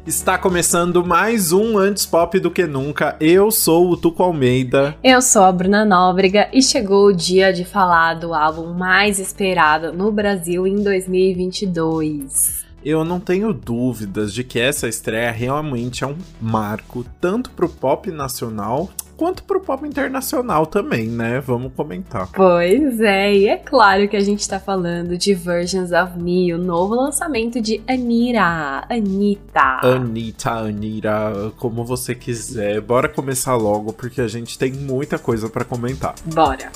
Está começando mais um Antes Pop do que Nunca. Eu sou o Tuco Almeida. Eu sou a Bruna Nóbrega e chegou o dia de falar do álbum mais esperado no Brasil em 2022. Eu não tenho dúvidas de que essa estreia realmente é um marco, tanto pro pop nacional quanto pro pop internacional também, né? Vamos comentar. Pois é, e é claro que a gente tá falando de Versions of Me, o novo lançamento de Anitta, como você quiser. Bora começar logo, porque a gente tem muita coisa pra comentar. Bora!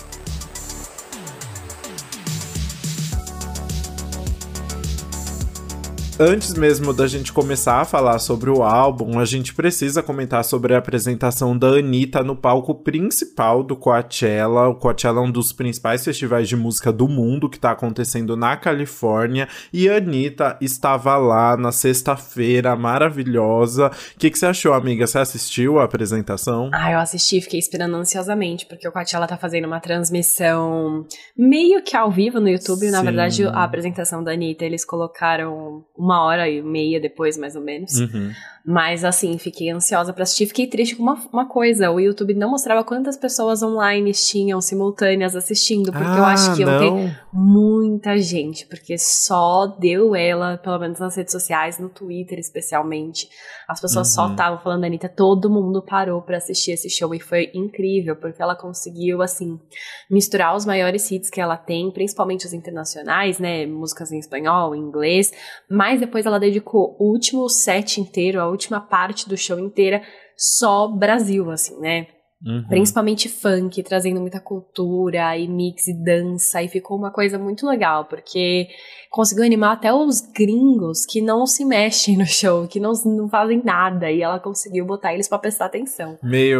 Antes mesmo da gente começar a falar sobre o álbum, a gente precisa comentar sobre a apresentação da Anitta no palco principal do Coachella. O Coachella é um dos principais festivais de música do mundo que está acontecendo na Califórnia. E a Anitta estava lá na sexta-feira, maravilhosa. O que você achou, amiga? Você assistiu a apresentação? Eu assisti, fiquei esperando ansiosamente, porque o Coachella tá fazendo uma transmissão meio que ao vivo no YouTube. Na verdade, a apresentação da Anitta, eles colocaram 1h30 depois, mais ou menos. Mas, assim, fiquei ansiosa pra assistir. Fiquei triste com uma coisa. O YouTube não mostrava quantas pessoas online tinham simultâneas assistindo. Porque eu acho que iam ter muita gente. Porque só deu ela, pelo menos nas redes sociais, no Twitter especialmente. As pessoas só estavam falando da Anitta. Todo mundo parou pra assistir esse show. E foi incrível, porque ela conseguiu, assim, misturar os maiores hits que ela tem. Principalmente os internacionais, né? Músicas em espanhol, em inglês. Mas depois ela dedicou o último set inteiro, a última parte do show inteira, só Brasil, assim, né? Principalmente funk, trazendo muita cultura e mix e dança, e ficou uma coisa muito legal, porque conseguiu animar até os gringos que não se mexem no show, que não fazem nada, e ela conseguiu botar eles pra prestar atenção.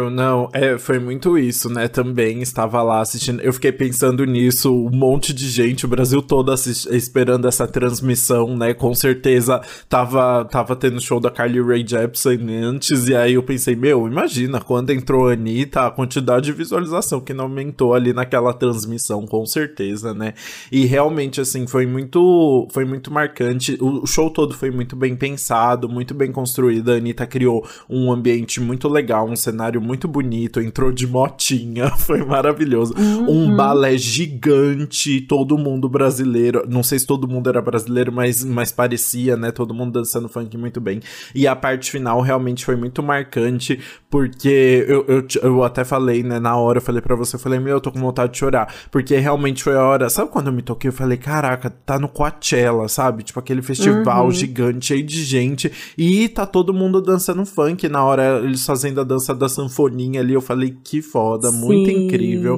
Foi muito isso, né? Também estava lá assistindo, eu fiquei pensando nisso, um monte de gente, o Brasil todo esperando essa transmissão, né? Com certeza tava tendo show da Carly Rae Jepsen antes, e aí eu pensei, imagina, quando entrou a Anitta, a quantidade de visualização que não aumentou ali naquela transmissão, com certeza, né? E realmente, assim, foi muito marcante. O show todo foi muito bem pensado, muito bem construído. A Anitta criou um ambiente muito legal, um cenário muito bonito, entrou de motinha, foi maravilhoso. Um balé gigante, todo mundo brasileiro. Não sei se todo mundo era brasileiro, mas parecia, né? Todo mundo dançando funk muito bem. E a parte final realmente foi muito marcante, porque eu até falei, né, na hora, eu falei pra você, eu tô com vontade de chorar, porque realmente foi a hora, sabe quando eu me toquei, eu falei, caraca, tá no Coachella, sabe, tipo aquele festival gigante, cheio de gente, e tá todo mundo dançando funk, na hora eles fazendo a dança da sanfoninha ali, eu falei, que foda, muito incrível.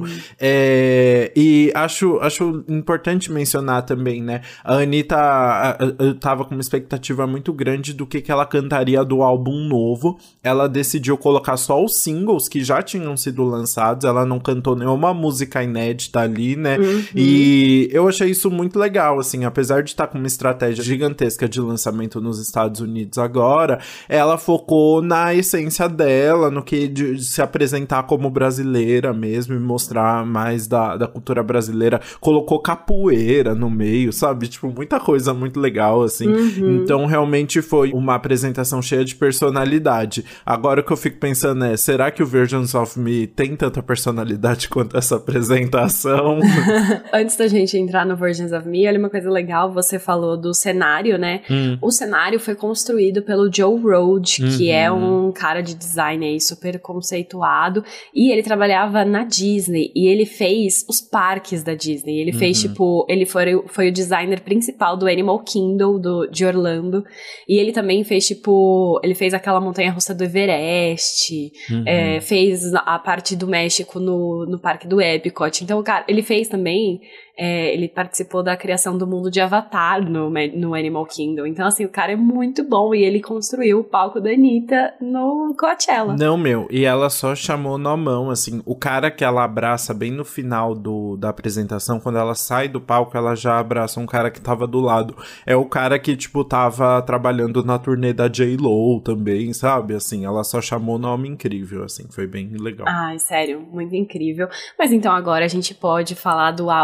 E acho importante mencionar também, né, a Anitta, eu tava com uma expectativa muito grande do que ela cantaria do álbum novo. Ela decidiu colocar só os singles que já tinham sido lançados, ela não cantou nenhuma música inédita ali, né? E eu achei isso muito legal, assim, apesar de estar com uma estratégia gigantesca de lançamento nos Estados Unidos agora, ela focou na essência dela, no que de se apresentar como brasileira mesmo e mostrar mais da cultura brasileira, colocou capoeira no meio, sabe? Tipo, muita coisa muito legal, assim. Então, realmente foi uma apresentação cheia de personalidade. Agora o que eu fico pensando é, será que o Versions of Me tem tanta personalidade quanto essa apresentação? Antes da gente entrar no Versions of Me, olha uma coisa legal, você falou do cenário, né? O cenário foi construído pelo Joe Road, que é um cara de design aí super conceituado, e ele trabalhava na Disney, e ele fez os parques da Disney. Ele fez, ele foi o designer principal do Animal Kingdom de Orlando, e ele também fez, ele fez aquela montanha-russa do Everest, fez a parte do México no parque do Epcot. Então, cara, ele fez também ele participou da criação do mundo de Avatar no Animal Kingdom. Então, assim, o cara é muito bom e ele construiu o palco da Anitta no Coachella. Não, e ela só chamou na mão, assim, o cara que ela abraça bem no final da apresentação, quando ela sai do palco, ela já abraça um cara que tava do lado. É o cara que, tipo, tava trabalhando na turnê da J.Lo também, sabe? Assim, ela só chamou nome incrível, assim, foi bem legal. Ai, sério, muito incrível. Mas então agora a gente pode falar do álbum mesmo.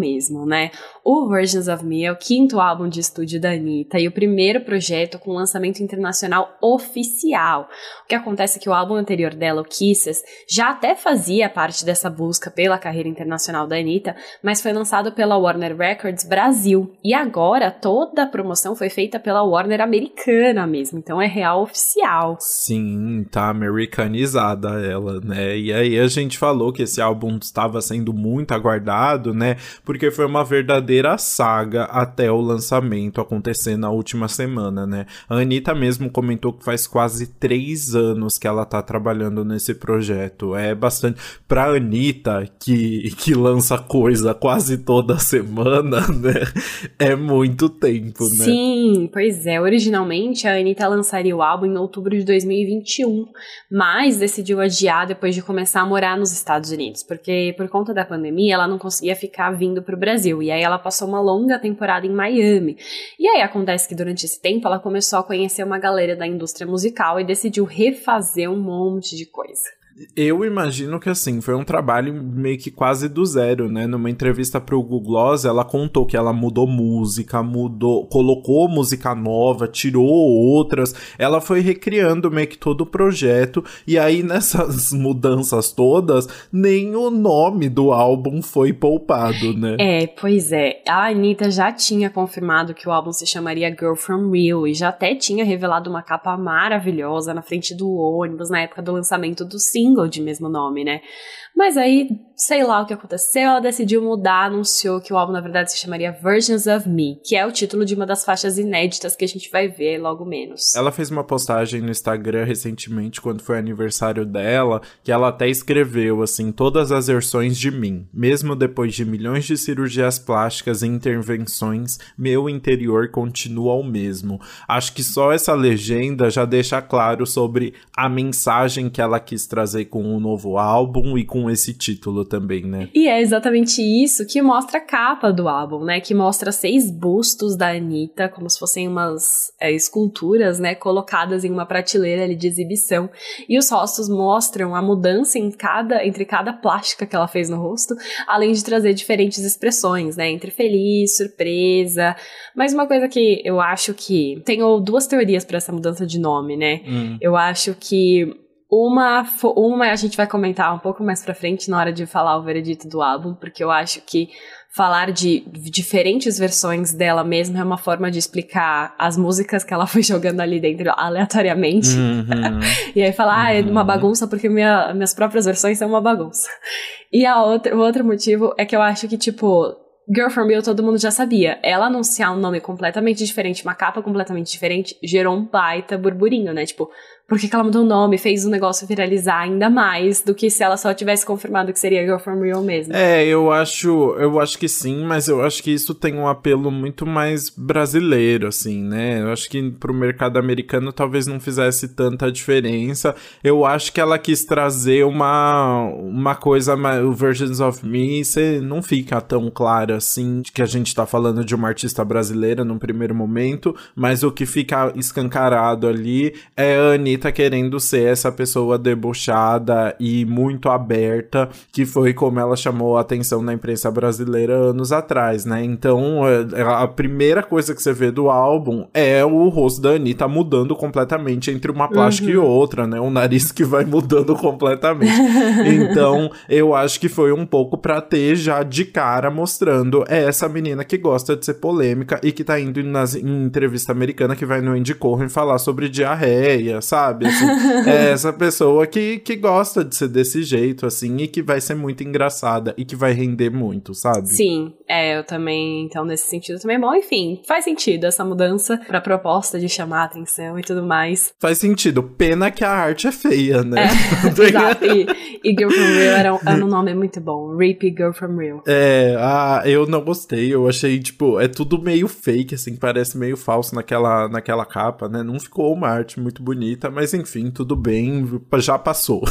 mesmo, né? O Versions of Me é o 5º álbum de estúdio da Anitta e o primeiro projeto com lançamento internacional oficial. O que acontece é que o álbum anterior dela, o Kisses, já até fazia parte dessa busca pela carreira internacional da Anitta, mas foi lançado pela Warner Records Brasil. E agora toda a promoção foi feita pela Warner americana mesmo, então é real oficial. Sim, tá americanizada ela, né? E aí a gente falou que esse álbum estava sendo muito aguardado, né? Porque foi uma verdadeira saga até o lançamento acontecer na última semana, né? A Anitta mesmo comentou que faz quase 3 anos que ela tá trabalhando nesse projeto. É bastante... Pra Anitta, que lança coisa quase toda semana, né? É muito tempo, né? Sim, pois é. Originalmente, a Anitta lançaria o álbum em outubro de 2021, mas decidiu adiar depois de começar a morar nos Estados Unidos, porque por conta da pandemia, ela não conseguia ficar vindo pro Brasil, e aí ela passou uma longa temporada em Miami. E aí acontece que durante esse tempo, ela começou a conhecer uma galera da indústria musical e decidiu refazer um monte de coisa. Eu imagino que, assim, foi um trabalho meio que quase do zero, né? Numa entrevista pro Google Gloss, ela contou que ela mudou música, colocou música nova, tirou outras. Ela foi recriando meio que todo o projeto. E aí, nessas mudanças todas, nem o nome do álbum foi poupado, né? Pois é. A Anitta já tinha confirmado que o álbum se chamaria Girl From Real e já até tinha revelado uma capa maravilhosa na frente do ônibus na época do lançamento do single de mesmo nome, né? Mas aí, sei lá o que aconteceu, ela decidiu mudar, anunciou que o álbum na verdade se chamaria Versions of Me, que é o título de uma das faixas inéditas que a gente vai ver logo menos. Ela fez uma postagem no Instagram recentemente, quando foi aniversário dela, que ela até escreveu, assim, todas as versões de mim. Mesmo depois de milhões de cirurgias plásticas e intervenções, meu interior continua o mesmo. Acho que só essa legenda já deixa claro sobre a mensagem que ela quis trazer com o novo álbum e com esse título também, né? E é exatamente isso que mostra a capa do álbum, né? Que mostra 6 bustos da Anitta, como se fossem umas esculturas, né? Colocadas em uma prateleira ali de exibição. E os rostos mostram a mudança entre cada plástica que ela fez no rosto, além de trazer diferentes expressões, né? Entre feliz, surpresa. Mas uma coisa que eu acho que... Tenho 2 teorias para essa mudança de nome, né? Eu acho que... Uma a gente vai comentar um pouco mais pra frente na hora de falar o veredito do álbum, porque eu acho que falar de diferentes versões dela mesma é uma forma de explicar as músicas que ela foi jogando ali dentro aleatoriamente. E aí falar, é uma bagunça porque minhas próprias versões são uma bagunça. E o outro motivo é que eu acho que, tipo... Girl From Real todo mundo já sabia. Ela anunciar um nome completamente diferente, uma capa completamente diferente, gerou um baita burburinho, né? Tipo, por que ela mudou o nome, fez o negócio viralizar ainda mais do que se ela só tivesse confirmado que seria Girl From Real mesmo? Eu acho que sim, mas eu acho que isso tem um apelo muito mais brasileiro, assim, né? Eu acho que pro mercado americano talvez não fizesse tanta diferença. Eu acho que ela quis trazer uma coisa, o Versions of Me, você não fica tão claro assim, que a gente tá falando de uma artista brasileira num primeiro momento, mas o que fica escancarado ali é a Anitta querendo ser essa pessoa debochada e muito aberta, que foi como ela chamou a atenção na imprensa brasileira anos atrás, né? Então, a primeira coisa que você vê do álbum é o rosto da Anitta mudando completamente entre uma plástica e outra, né? O nariz que vai mudando completamente. Então, eu acho que foi um pouco pra ter já de cara mostrando essa menina que gosta de ser polêmica e que tá indo em entrevista americana, que vai no Andy Cohen falar sobre diarreia, sabe? Assim, é essa pessoa que gosta de ser desse jeito, assim, e que vai ser muito engraçada e que vai render muito, sabe? Sim, eu também, então, nesse sentido também. Bom, enfim, faz sentido essa mudança pra proposta de chamar a atenção e tudo mais. Faz sentido. Pena que a arte é feia, né? Exato. E Girl From Real era um nome muito bom. Rip Girl From Real. Eu não gostei. Eu achei, tipo, é tudo meio fake, assim, parece meio falso naquela capa, né? Não ficou uma arte muito bonita, mas enfim, tudo bem, já passou.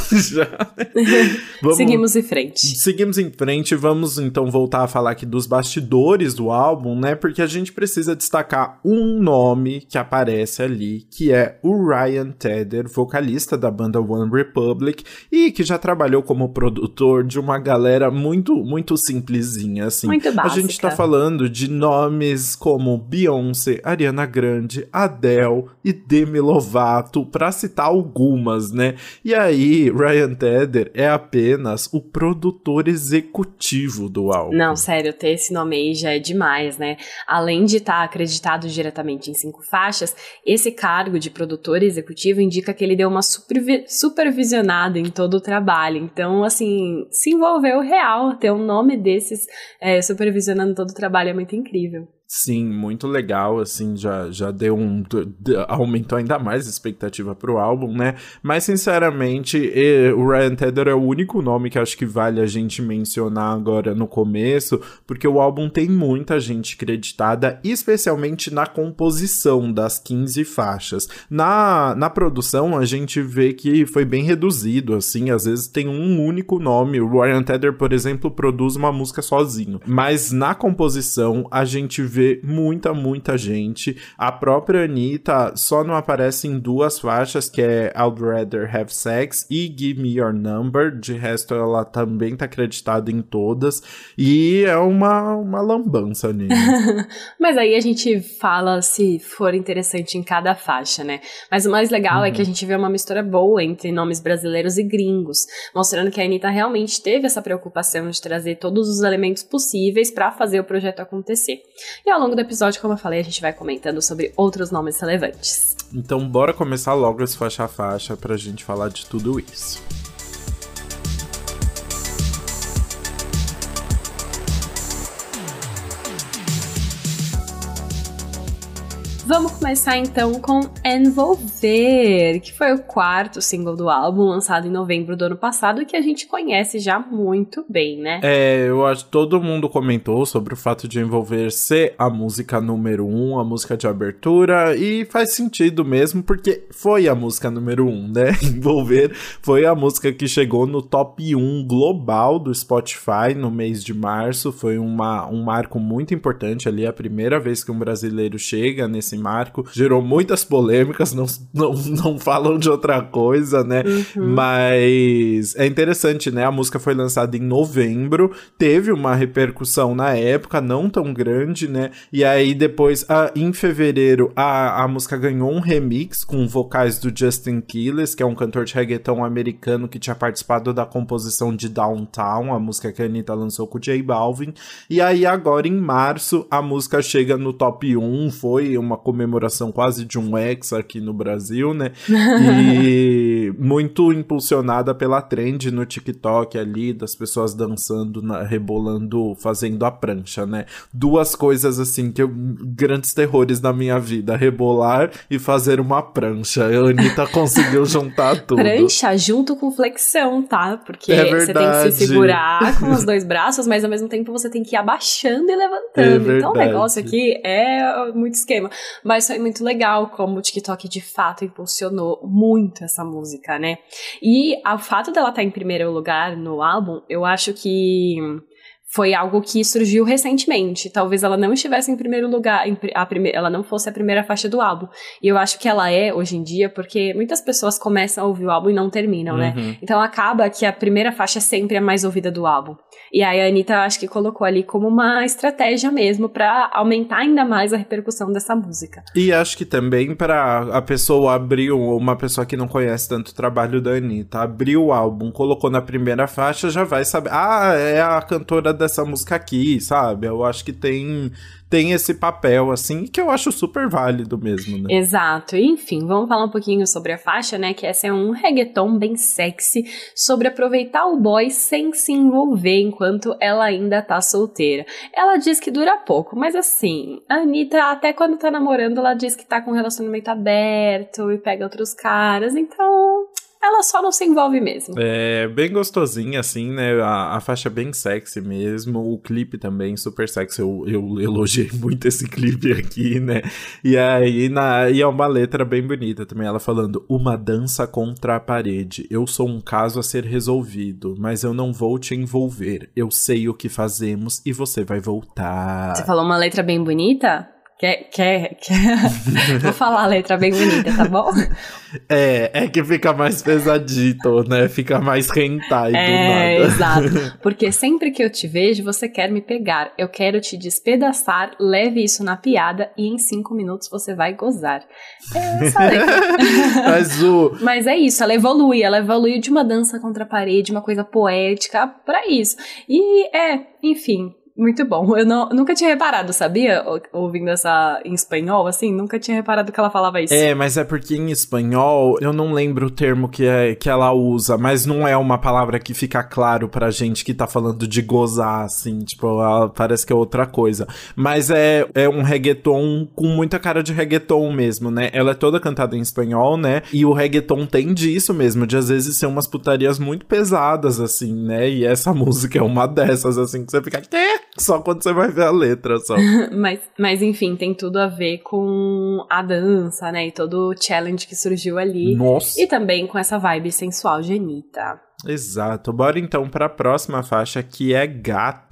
Seguimos em frente. Seguimos em frente, vamos então voltar a falar aqui dos bastidores do álbum, né? Porque a gente precisa destacar um nome que aparece ali, que é o Ryan Tedder, vocalista da banda One Republic, e que já trabalhou como produtor de uma galera muito simplesinha, assim. Muito básica. A gente tá falando de nomes como Beyoncé, Ariana Grande, Adele e Demi Lovato, pra citar algumas, né? E aí, Ryan Tedder é apenas o produtor executivo do álbum. Não, sério, ter esse nome aí já é demais, né? Além de estar acreditado diretamente em 5 faixas, esse cargo de produtor executivo indica que ele deu uma supervisionada em todo o trabalho. Então, assim, se envolveu real, ter um nome desses supervisionando todo o trabalho é muito incrível. Sim, muito legal, assim, já deu aumentou ainda mais a expectativa pro álbum, né? Mas, sinceramente, o Ryan Tedder é o único nome que acho que vale a gente mencionar agora no começo, porque o álbum tem muita gente creditada, especialmente na composição das 15 faixas. Na produção, a gente vê que foi bem reduzido, assim, às vezes tem um único nome. O Ryan Tedder, por exemplo, produz uma música sozinho. Mas na composição, a gente vê muita gente. A própria Anitta só não aparece em 2 faixas, que é I'd Rather Have Sex e Give Me Your Number. De resto, ela também tá acreditada em todas. E é uma lambança nele. Mas aí a gente fala se for interessante em cada faixa, né? Mas o mais legal é que a gente vê uma mistura boa entre nomes brasileiros e gringos, mostrando que a Anitta realmente teve essa preocupação de trazer todos os elementos possíveis pra fazer o projeto acontecer. E ao longo do episódio, como eu falei, a gente vai comentando sobre outros nomes relevantes. Então bora começar logo esse faixa a faixa pra gente falar de tudo isso. Vamos começar então com Envolver, que foi o 4º single do álbum, lançado em novembro do ano passado, e que a gente conhece já muito bem, né? Eu acho que todo mundo comentou sobre o fato de Envolver ser a música número 1, a música de abertura, e faz sentido mesmo, porque foi a música número 1, né? Envolver foi a música que chegou no top 1 global do Spotify no mês de março, foi um marco muito importante ali, a primeira vez que um brasileiro chega nesse marco, gerou muitas polêmicas, não falam de outra coisa, né? Mas é interessante, né? A música foi lançada em novembro, teve uma repercussão na época, não tão grande, né? E aí depois, em fevereiro, a música ganhou um remix com vocais do Justin Quiles, que é um cantor de reggaeton americano que tinha participado da composição de Downtown, a música que a Anitta lançou com o J Balvin. E aí agora, em março, a música chega no top 1, foi uma comemoração quase de um ex aqui no Brasil, né? E muito impulsionada pela trend no TikTok ali, das pessoas dançando, rebolando, fazendo a prancha, né? 2 coisas assim, grandes terrores da minha vida, rebolar e fazer uma prancha. A Anitta conseguiu juntar tudo. Prancha junto com flexão, tá? Porque você tem que se segurar com os 2 braços, mas ao mesmo tempo você tem que ir abaixando e levantando. Então o negócio aqui é muito esquema. Mas foi muito legal como o TikTok de fato impulsionou muito essa música, né? E o fato dela estar em primeiro lugar no álbum, eu acho que foi algo que surgiu recentemente. Talvez ela não estivesse em primeiro lugar, ela não fosse a primeira faixa do álbum. E eu acho que ela é, hoje em dia, porque muitas pessoas começam a ouvir o álbum e não terminam, né? Então acaba que a primeira faixa é sempre a mais ouvida do álbum. E aí a Anitta, acho que colocou ali como uma estratégia mesmo pra aumentar ainda mais a repercussão dessa música. E acho que também pra a pessoa abrir, uma pessoa que não conhece tanto o trabalho da Anitta, abriu o álbum, colocou na primeira faixa, já vai saber, é a cantora dessa música aqui, sabe? Eu acho que tem esse papel, assim, que eu acho super válido mesmo, né? Exato. Enfim, vamos falar um pouquinho sobre a faixa, né? Que essa é um reggaeton bem sexy, sobre aproveitar o boy sem se envolver enquanto ela ainda tá solteira. Ela diz que dura pouco, mas assim, a Anitta, até quando tá namorando, ela diz que tá com um relacionamento aberto e pega outros caras, então ela só não se envolve mesmo. É bem gostosinha, assim, né? A faixa é bem sexy mesmo. O clipe também, super sexy. Eu elogiei muito esse clipe aqui, né? E aí, e é uma letra bem bonita também. Ela falando, uma dança contra a parede. Eu sou um caso a ser resolvido, mas eu não vou te envolver. Eu sei o que fazemos e você vai voltar. Você falou uma letra bem bonita? Quer? Vou falar a letra bem bonita, tá bom? É que fica mais pesadito, né? Fica mais hentai do nada. Exato. Porque sempre que eu te vejo, você quer me pegar. Eu quero te despedaçar, leve isso na piada e em 5 minutos você vai gozar. É essa letra. Mas é isso, ela evolui de uma dança contra a parede, uma coisa poética pra isso. E enfim... Muito bom. Eu nunca tinha reparado, sabia? Ouvindo essa em espanhol, assim, nunca tinha reparado que ela falava isso. Mas é porque em espanhol, eu não lembro o termo que ela usa, mas não é uma palavra que fica claro pra gente que tá falando de gozar, assim, tipo, parece que é outra coisa. Mas é um reggaeton com muita cara de reggaeton mesmo, né? Ela é toda cantada em espanhol, né? E o reggaeton tem disso mesmo, de às vezes ser umas putarias muito pesadas, assim, né? E essa música é uma dessas, assim, que você fica... Só quando você vai ver a letra, só. mas enfim, tem tudo a ver com a dança, né? E todo o challenge que surgiu ali. Nossa! E também com essa vibe sensual de Anitta. Exato. Bora então pra próxima faixa, que é Gata.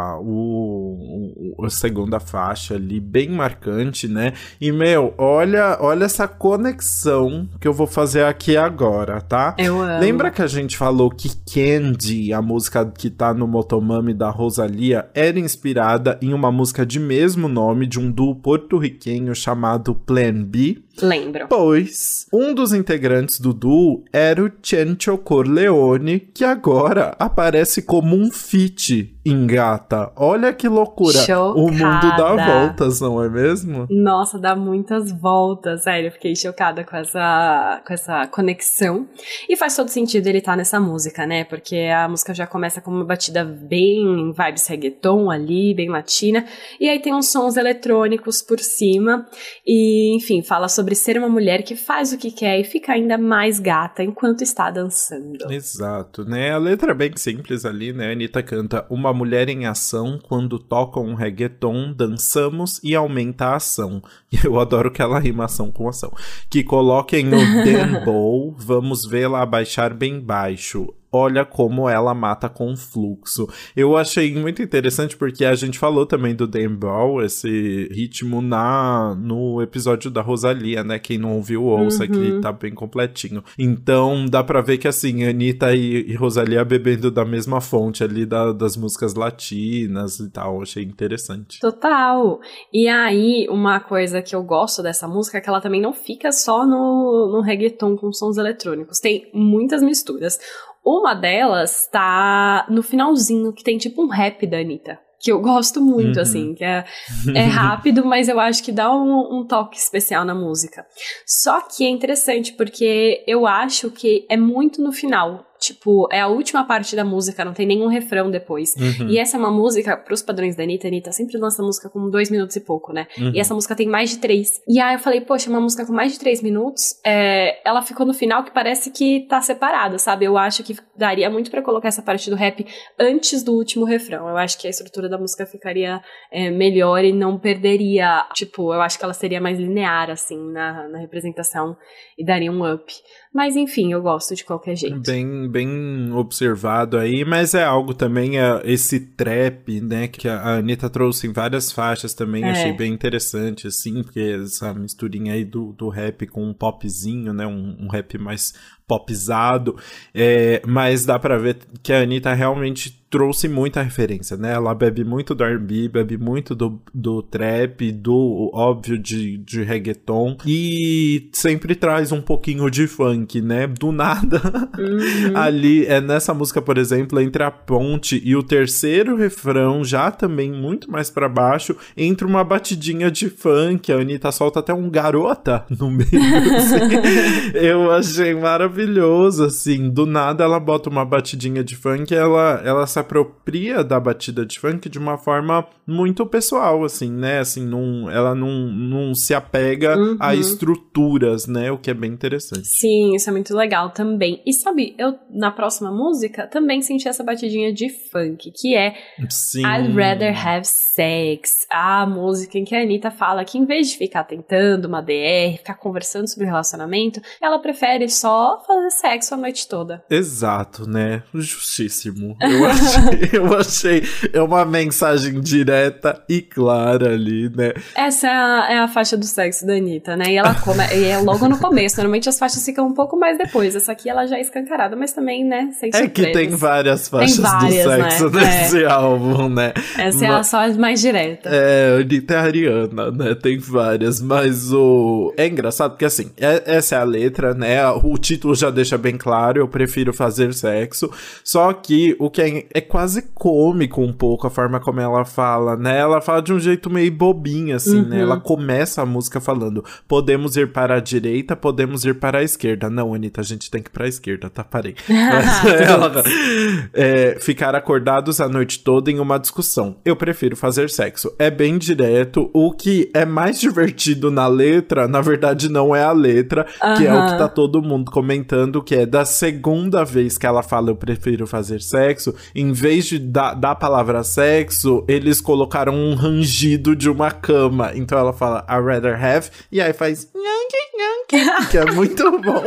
A segunda faixa ali, bem marcante, né? E, olha essa conexão que eu vou fazer aqui agora, tá? Eu amo. Lembra que a gente falou que Candy, a música que tá no Motomami da Rosalía, era inspirada em uma música de mesmo nome de um duo porto-riquenho chamado Plan B? Lembro. Pois, um dos integrantes do duo era o Chencho Corleone, que agora aparece como um feat em Gata. Olha que loucura. Chocada. O mundo dá voltas, não é mesmo? Nossa, dá muitas voltas. Sério, eu fiquei chocada com essa conexão. E faz todo sentido ele estar nessa música, né? Porque a música já começa com uma batida bem vibes reggaeton ali, bem latina. E aí tem uns sons eletrônicos por cima. E, enfim, fala sobre ser uma mulher que faz o que quer e fica ainda mais gata enquanto está dançando. Exato, né? A letra é bem simples ali, né? A Anitta canta: uma mulher em ação, quando toca um reggaeton, dançamos e aumenta a ação. E eu adoro que ela rima ação com ação. Que coloquem no dembow, vamos vê-la abaixar bem baixo. Olha como ela mata com fluxo. Eu achei muito interessante porque a gente falou também do Dembow, esse ritmo no episódio da Rosalía, né? Quem não ouviu, ouça, que tá bem completinho. Então, dá pra ver que, assim, Anitta e Rosalía bebendo da mesma fonte ali das músicas latinas e tal. Achei interessante. Total! E aí, uma coisa que eu gosto dessa música é que ela também não fica só no reggaeton com sons eletrônicos. Tem muitas misturas. Uma delas tá no finalzinho, que tem tipo um rap da Anitta, que eu gosto muito, assim, que é rápido, mas eu acho que dá um toque especial na música. Só que é interessante, porque eu acho que é muito no final. Tipo, é a última parte da música, não tem nenhum refrão depois. E essa é uma música, pros padrões da Anitta sempre lança música com 2 minutos e pouco, né? E essa música tem mais de 3. E aí eu falei, poxa, uma música com mais de 3 minutos, ela ficou no final que parece que tá separada, sabe? Eu acho que daria muito pra colocar essa parte do rap antes do último refrão. Eu acho que a estrutura da música ficaria melhor e não perderia. Tipo, eu acho que ela seria mais linear, assim, na representação e daria um up. Mas enfim, eu gosto de qualquer jeito. Bem observado aí, mas é algo também, esse trap, né, que a Anitta trouxe em várias faixas também, achei bem interessante, assim, porque essa misturinha aí do rap com um popzinho, né, um rap mais popizado, mas dá pra ver que a Anitta realmente trouxe muita referência, né? Ela bebe muito do R&B, bebe muito do trap, do óbvio de reggaeton, e sempre traz um pouquinho de funk, né? Do nada, ali, nessa música, por exemplo, entre a ponte e o terceiro refrão, já também muito mais pra baixo, entra uma batidinha de funk, a Anitta solta até um garota no meio, assim. Eu achei maravilhoso maravilhoso, assim. Do nada ela bota uma batidinha de funk, ela se apropria da batida de funk de uma forma muito pessoal, assim, né? Assim, ela não se apega a estruturas, né? O que é bem interessante. Sim, isso é muito legal também. E sabe, eu na próxima música também senti essa batidinha de funk, que é Sim. I'd Rather Have Sex, a música em que a Anitta fala que em vez de ficar tentando uma DR, ficar conversando sobre o relacionamento, ela prefere só fazer sexo a noite toda. Exato, né? Justíssimo. Eu achei uma mensagem direta e clara ali, né? Essa é a faixa do sexo da Anitta, né? E ela e é logo no começo. Normalmente as faixas ficam um pouco mais depois. Essa aqui ela já é escancarada, mas também, né, sem surpresas. É que tem várias faixas do sexo, né? Nesse álbum, né? Essa é a só mais direta. Anitta é Ariana, né? Tem várias, mas é engraçado porque, assim, essa é a letra, né? O título já deixa bem claro, eu prefiro fazer sexo, só que o que é quase cômico um pouco a forma como ela fala, né? Ela fala de um jeito meio bobinho, assim, né? Ela começa a música falando, podemos ir para a direita, podemos ir para a esquerda. Não, Anitta, a gente tem que ir para a esquerda, tá? Parei. Ficar acordados a noite toda em uma discussão. Eu prefiro fazer sexo. É bem direto. O que é mais divertido na letra, na verdade, não é a letra, que é o que tá todo mundo comentando, que é da segunda vez que ela fala eu prefiro fazer sexo, em vez de da palavra sexo, eles colocaram um rangido de uma cama. Então ela fala I rather have, e aí faz que é muito bom.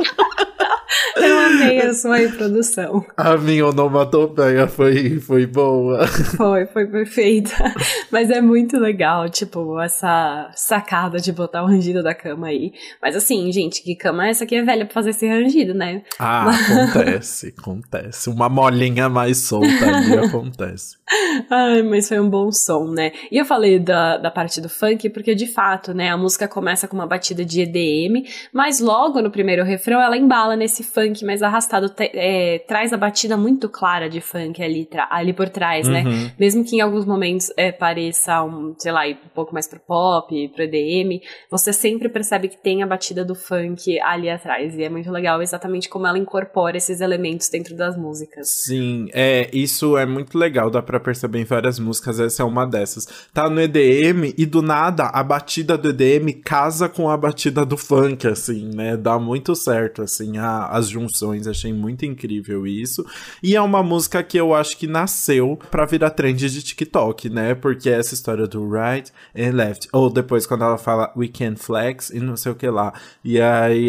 Eu amei a sua reprodução. A minha onomatopeia foi boa. Foi perfeita. Mas é muito legal, tipo, essa sacada de botar o rangido da cama aí. Mas assim, gente, que cama é essa aqui é velha pra fazer esse rangido, né? Ah, acontece. Uma molinha mais solta ali acontece. Ai, mas foi um bom som, né? E eu falei da parte do funk porque, de fato, né, a música começa com uma batida de EDM, mas logo no primeiro refrão ela embala nesse funk mais arrastado, traz a batida muito clara de funk ali por trás, né? Mesmo que em alguns momentos pareça sei lá, ir um pouco mais pro pop, pro EDM, você sempre percebe que tem a batida do funk ali atrás, e é muito legal exatamente como ela incorpora esses elementos dentro das músicas. Sim, isso é muito legal, dá pra perceber em várias músicas, essa é uma dessas. Tá no EDM e do nada a batida do EDM casa com a batida do funk, assim, né? Dá muito certo, assim, as junções, achei muito incrível isso. E é uma música que eu acho que nasceu pra virar trend de TikTok, né? Porque essa história do right and left, ou depois quando ela fala we can flex e não sei o que lá. E aí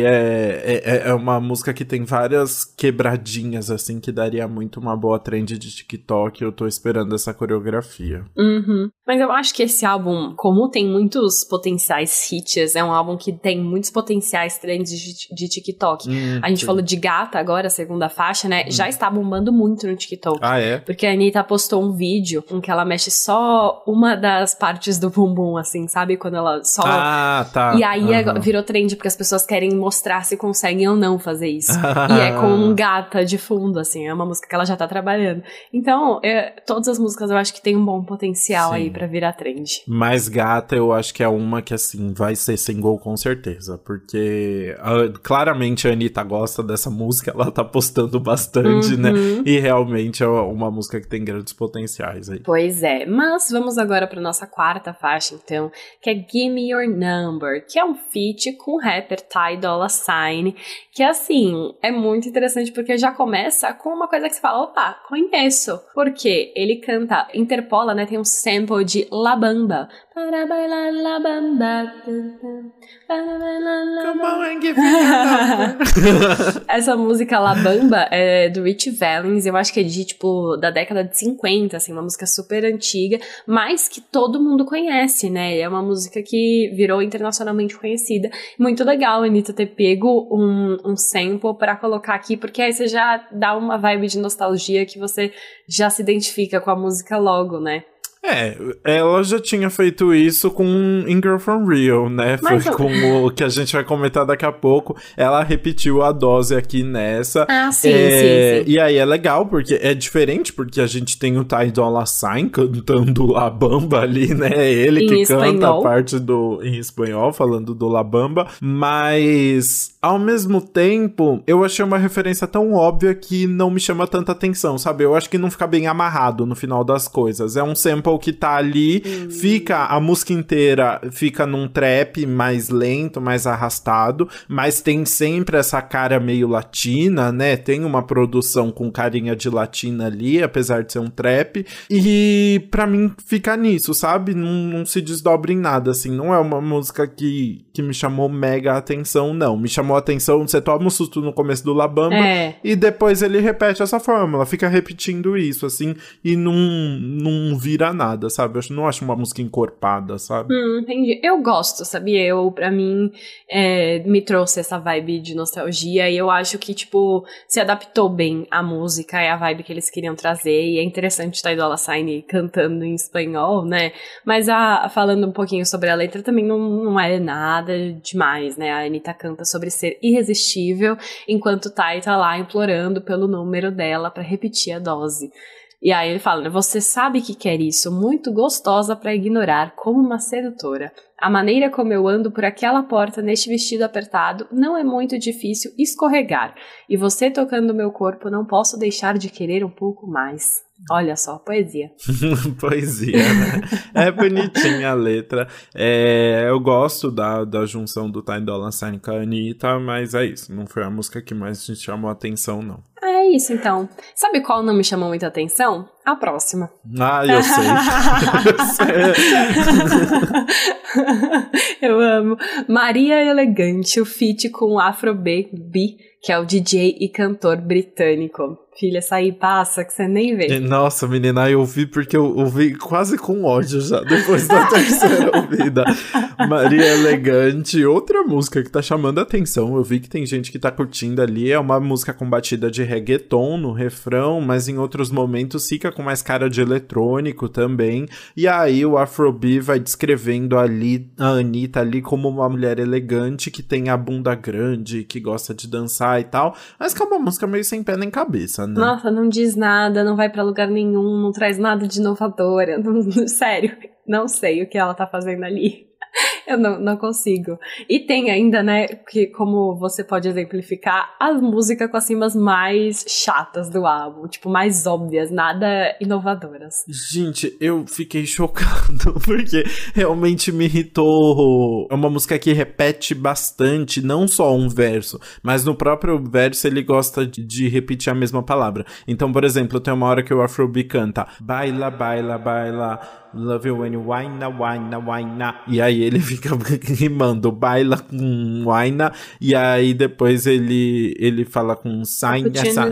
é uma música que tem várias quebradinhas, assim, que daria muito uma boa trend de TikTok. Eu tô esperando essa coreografia. Mas eu acho que esse álbum, como tem muitos potenciais hits, é um álbum que tem muitos potenciais trends de TikTok. A gente falou de Gata agora, a segunda faixa, né? Já está bombando muito no TikTok. Ah, é? Porque a Anitta postou um vídeo em que ela mexe só uma das partes do bumbum, assim, sabe? Quando ela só... Ah, tá. E aí virou trend, porque as pessoas querem mostrar se conseguem ou não fazer isso. E é com um Gata de fundo, assim, é uma música que ela já tá trabalhando. Então, todas as músicas eu acho que tem um bom potencial aí pra virar trend. Mas Gata eu acho que é uma que, assim, vai ser single com certeza, porque claramente a Anitta gosta dessa música, ela tá postando bastante, né? E realmente é uma música que tem grandes potenciais aí. Pois é, mas vamos agora pra nossa quarta faixa, então, que é Gimme Your Number, que é um feat com o rapper Ty Dolla $ign, que, assim, é muito interessante porque já começa com uma coisa que você fala, opa, conheço, porque ele interpola, né, tem um sample de La Bamba. Para bailar La Bamba. Para bailar La Bamba. Essa música La Bamba é do Rich Valens, eu acho que é da década de 50, assim, uma música super antiga, mas que todo mundo conhece, né? É uma música que virou internacionalmente conhecida. Muito legal a Anitta ter pego um sample pra colocar aqui, porque aí você já dá uma vibe de nostalgia que você já se identifica com a música logo, né? Ela já tinha feito isso com In Girl From Real, né? Foi com o que a gente vai comentar daqui a pouco. Ela repetiu a dose aqui nessa. Sim. E aí é legal, porque é diferente, porque a gente tem o Ty Dolla $ign cantando La Bamba ali, né? Ele que canta a parte em espanhol, falando do La Bamba. Mas, ao mesmo tempo, eu achei uma referência tão óbvia que não me chama tanta atenção, sabe? Eu acho que não fica bem amarrado no final das coisas. É um sample que tá ali, a música inteira fica num trap mais lento, mais arrastado, mas tem sempre essa cara meio latina, né? Tem uma produção com carinha de latina ali, apesar de ser um trap, e pra mim fica nisso, sabe? Não se desdobra em nada, assim, não é uma música que me chamou mega atenção, não. Me chamou a atenção, você toma um susto no começo do La Bamba, e depois ele repete essa fórmula, fica repetindo isso, assim, e não vira nada. Sabe? Eu não acho uma música encorpada, sabe? Entendi. Eu gosto, sabia? Pra mim, me trouxe essa vibe de nostalgia e eu acho que, tipo, se adaptou bem à música e à vibe que eles queriam trazer, e é interessante Ty Dolla $ign cantando em espanhol, né? Mas falando um pouquinho sobre a letra também não é nada demais, né? A Anitta canta sobre ser irresistível, enquanto Ty tá lá implorando pelo número dela pra repetir a dose. E aí ele fala, né, você sabe que quer isso, muito gostosa pra ignorar, como uma sedutora. A maneira como eu ando por aquela porta neste vestido apertado não é muito difícil escorregar. E você tocando meu corpo, não posso deixar de querer um pouco mais. Olha só, poesia. Poesia, né? É bonitinha a letra. Eu gosto da junção do Ty Dolla $ign com a Anitta, mas é isso. Não foi a música que mais me chamou a atenção, não. É isso, então. Sabe qual não me chamou muita atenção? A próxima. Eu sei. Eu amo. Maria Elegante, o feat com o Afro B, que é o DJ e cantor britânico. Filha, essa aí passa que você nem vê. Nossa, menina, eu ouvi porque eu ouvi quase com ódio já, depois da terceira ouvida. Maria Elegante, outra música que tá chamando a atenção. Eu vi que tem gente que tá curtindo ali. É uma música com batida de reggaeton no refrão, mas em outros momentos fica com mais cara de eletrônico também. E aí o Afrobeat vai descrevendo ali a Anitta ali como uma mulher elegante que tem a bunda grande, que gosta de dançar e tal. Mas que é uma música meio sem pé nem cabeça. Né? Nossa, não diz nada, não vai pra lugar nenhum, não traz nada de inovadora. Sério, não sei o que ela tá fazendo ali. Eu não consigo. E tem ainda, né, que como você pode exemplificar, as músicas com as rimas mais chatas do álbum, tipo, mais óbvias, nada inovadoras. Gente, eu fiquei chocado, porque realmente me irritou. É uma música que repete bastante, não só um verso, mas no próprio verso ele gosta de repetir a mesma palavra. Então, por exemplo, tem uma hora que o Afrobeat canta baila, baila, baila, love you when you whina, whina, whina. E aí ele fica rimando baila com whina. E aí depois ele fala com saina,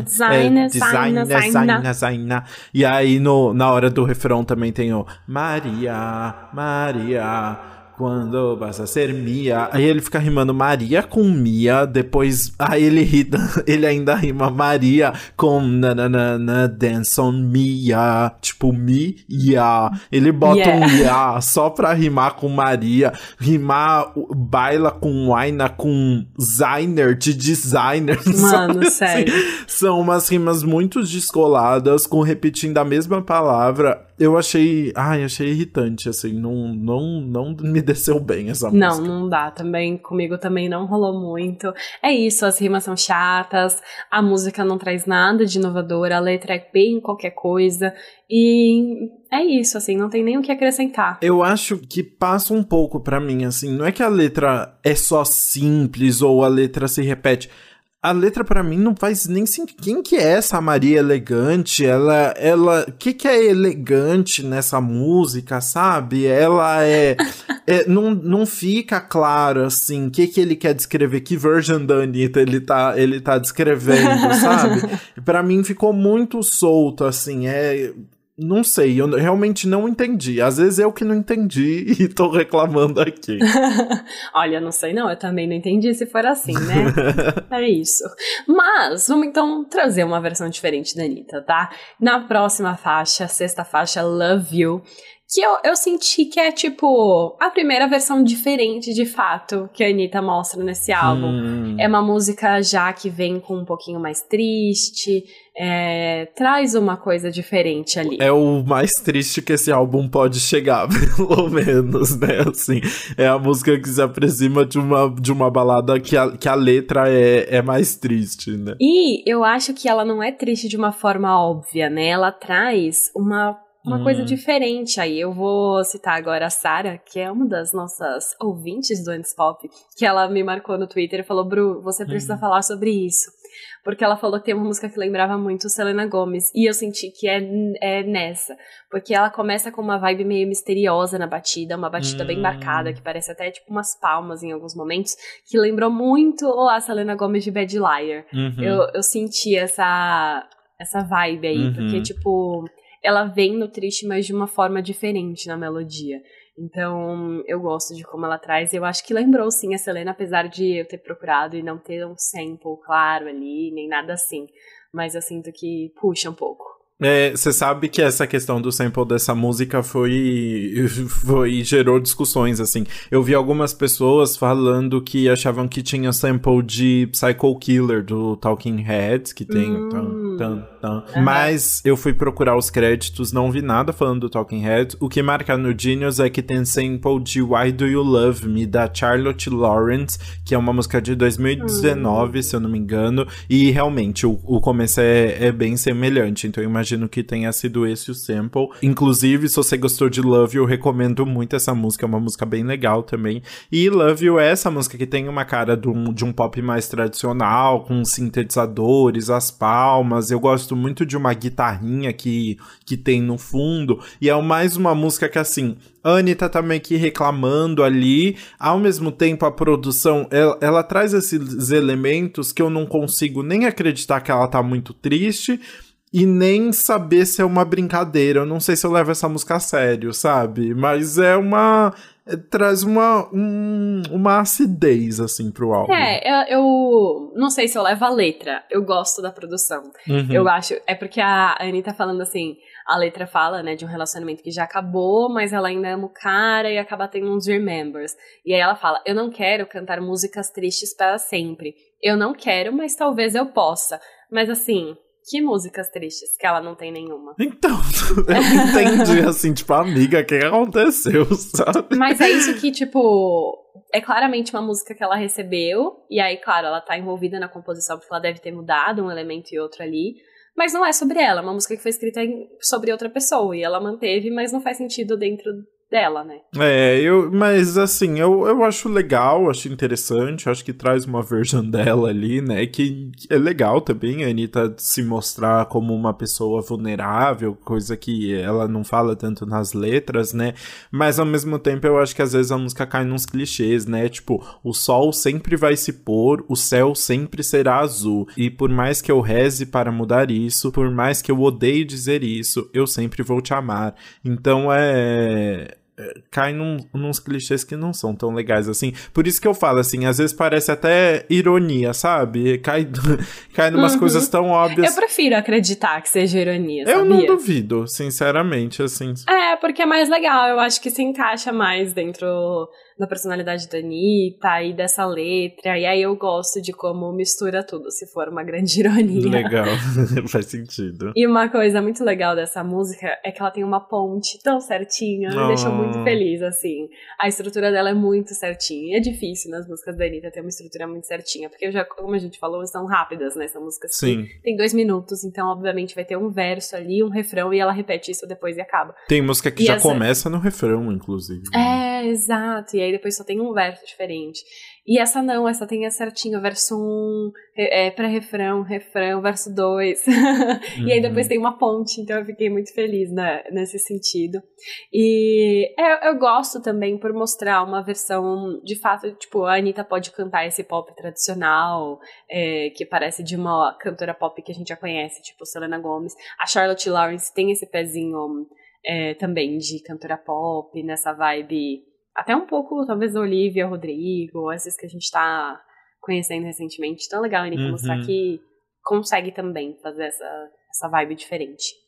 saina. E aí na hora do refrão também tem o Maria, Maria, quando vas a ser Mia. Aí ele fica rimando Maria com Mia. Depois, aí ele ainda rima Maria com na dance on Mia. Tipo, Mia. Ele bota um Mia só pra rimar com Maria. Rimar baila com Waina com Zainer de designer. Mano, sério. São umas rimas muito descoladas, repetindo a mesma palavra. Eu achei irritante, assim, não me desceu bem essa música. Não dá, comigo também não rolou muito. É isso, as rimas são chatas, a música não traz nada de inovador, a letra é bem qualquer coisa, e é isso, assim, não tem nem o que acrescentar. Eu acho que passa um pouco pra mim, assim, não é que a letra é só simples ou a letra se repete. A letra pra mim não faz nem sentido. Quem que é essa Maria Elegante? Ela, que é elegante nessa música, sabe? Ela não fica claro, assim, o que ele quer descrever, que version da Anitta ele tá descrevendo, sabe? Pra mim ficou muito solto, assim, não sei, eu realmente não entendi. Às vezes eu que não entendi e tô reclamando aqui. Olha, não sei não, eu também não entendi se for assim, né? É isso. Mas, vamos então trazer uma versão diferente da Anitta, tá? Na próxima faixa, sexta faixa, Love You, Que eu senti que é, tipo, a primeira versão diferente, de fato, que a Anitta mostra nesse álbum. É uma música já que vem com um pouquinho mais triste, traz uma coisa diferente ali. É o mais triste que esse álbum pode chegar, pelo menos, né, assim. É a música que se aproxima de uma balada que a letra é mais triste, né. E eu acho que ela não é triste de uma forma óbvia, né, ela traz uma coisa diferente aí. Eu vou citar agora a Sarah, que é uma das nossas ouvintes do Antes Pop, que ela me marcou no Twitter e falou, Bru, você precisa falar sobre isso. Porque ela falou que tem uma música que lembrava muito Selena Gomez, e eu senti que é nessa. Porque ela começa com uma vibe meio misteriosa na batida, uma batida bem marcada, que parece até tipo umas palmas em alguns momentos, que lembrou muito a Selena Gomez de Bad Liar. Eu senti essa vibe aí, porque tipo... ela vem no triste, mas de uma forma diferente na melodia. Então, eu gosto de como ela traz. Eu acho que lembrou, sim, a Selena, apesar de eu ter procurado e não ter um sample claro ali, nem nada assim. Mas eu sinto que puxa um pouco. Você sabe que essa questão do sample dessa música gerou discussões, assim. Eu vi algumas pessoas falando que achavam que tinha sample de Psycho Killer, do Talking Heads, que tem Mas eu fui procurar os créditos, não vi nada falando do Talking Heads. O que marca no Genius é que tem sample de Why Do You Love Me, da Charlotte Lawrence, que é uma música de 2019, se eu não me engano. E realmente, o começo é bem semelhante, então eu imagino que tenha sido esse o sample. Inclusive, se você gostou de Love You, eu recomendo muito essa música, é uma música bem legal também. E Love You é essa música que tem uma cara de um pop mais tradicional, com sintetizadores, as palmas. Eu gosto muito de uma guitarrinha que tem no fundo. E é mais uma música que, assim, a Anitta tá meio que reclamando ali. Ao mesmo tempo, a produção, ela traz esses elementos que eu não consigo nem acreditar que ela tá muito triste, e nem saber se é uma brincadeira. Eu não sei se eu levo essa música a sério, sabe? Mas traz uma acidez, assim, pro álbum. Eu não sei se eu levo a letra. Eu gosto da produção. Eu acho... É porque a Anitta falando assim... A letra fala, né, de um relacionamento que já acabou, mas ela ainda ama o cara e acaba tendo uns remembers. E aí ela fala, eu não quero cantar músicas tristes para sempre. Eu não quero, mas talvez eu possa. Mas assim... Que músicas tristes, que ela não tem nenhuma. Então, eu entendi, assim, tipo, amiga, o que aconteceu, sabe? Mas é isso que, tipo, é claramente uma música que ela recebeu, e aí, claro, ela tá envolvida na composição, porque ela deve ter mudado um elemento e outro ali, mas não é sobre ela, é uma música que foi escrita sobre outra pessoa, e ela manteve, mas não faz sentido dentro dela, né? Mas assim, eu acho legal, acho interessante, acho que traz uma version dela ali, né, que é legal também a Anitta se mostrar como uma pessoa vulnerável, coisa que ela não fala tanto nas letras, né, mas ao mesmo tempo eu acho que às vezes a música cai nos clichês, né, tipo, o sol sempre vai se pôr, o céu sempre será azul, e por mais que eu reze para mudar isso, por mais que eu odeie dizer isso, eu sempre vou te amar. Então cai nos clichês que não são tão legais assim. Por isso que eu falo assim, às vezes parece até ironia, sabe? Cai numas coisas tão óbvias. Eu prefiro acreditar que seja ironia, eu sabia? Não duvido, sinceramente, assim. Porque é mais legal, eu acho que se encaixa mais dentro da personalidade da Anitta e dessa letra, e aí eu gosto de como mistura tudo, se for uma grande ironia. Legal, faz sentido. E uma coisa muito legal dessa música é que ela tem uma ponte tão certinha, me deixou muito feliz, assim. A estrutura dela é muito certinha, e é difícil nas músicas da Anitta ter uma estrutura muito certinha, porque como a gente falou, são rápidas, né, são músicas Sim. que tem 2 minutos, então obviamente vai ter um verso ali, um refrão, e ela repete isso depois e acaba. Tem música que já começa no refrão, inclusive. Exato, e aí depois só tem um verso diferente. E essa não, essa tem certinho, verso 1, pré-refrão, refrão, verso 2. E aí depois tem uma ponte, então eu fiquei muito feliz nesse sentido. E eu gosto também por mostrar uma versão, de fato, tipo, a Anitta pode cantar esse pop tradicional, que parece de uma cantora pop que a gente já conhece, tipo Selena Gomez. A Charlotte Lawrence tem esse pezinho também de cantora pop, nessa vibe... Até um pouco, talvez, da Olivia Rodrigo, essas que a gente tá conhecendo recentemente. Tão legal a Anitta mostrar que consegue também fazer essa vibe diferente.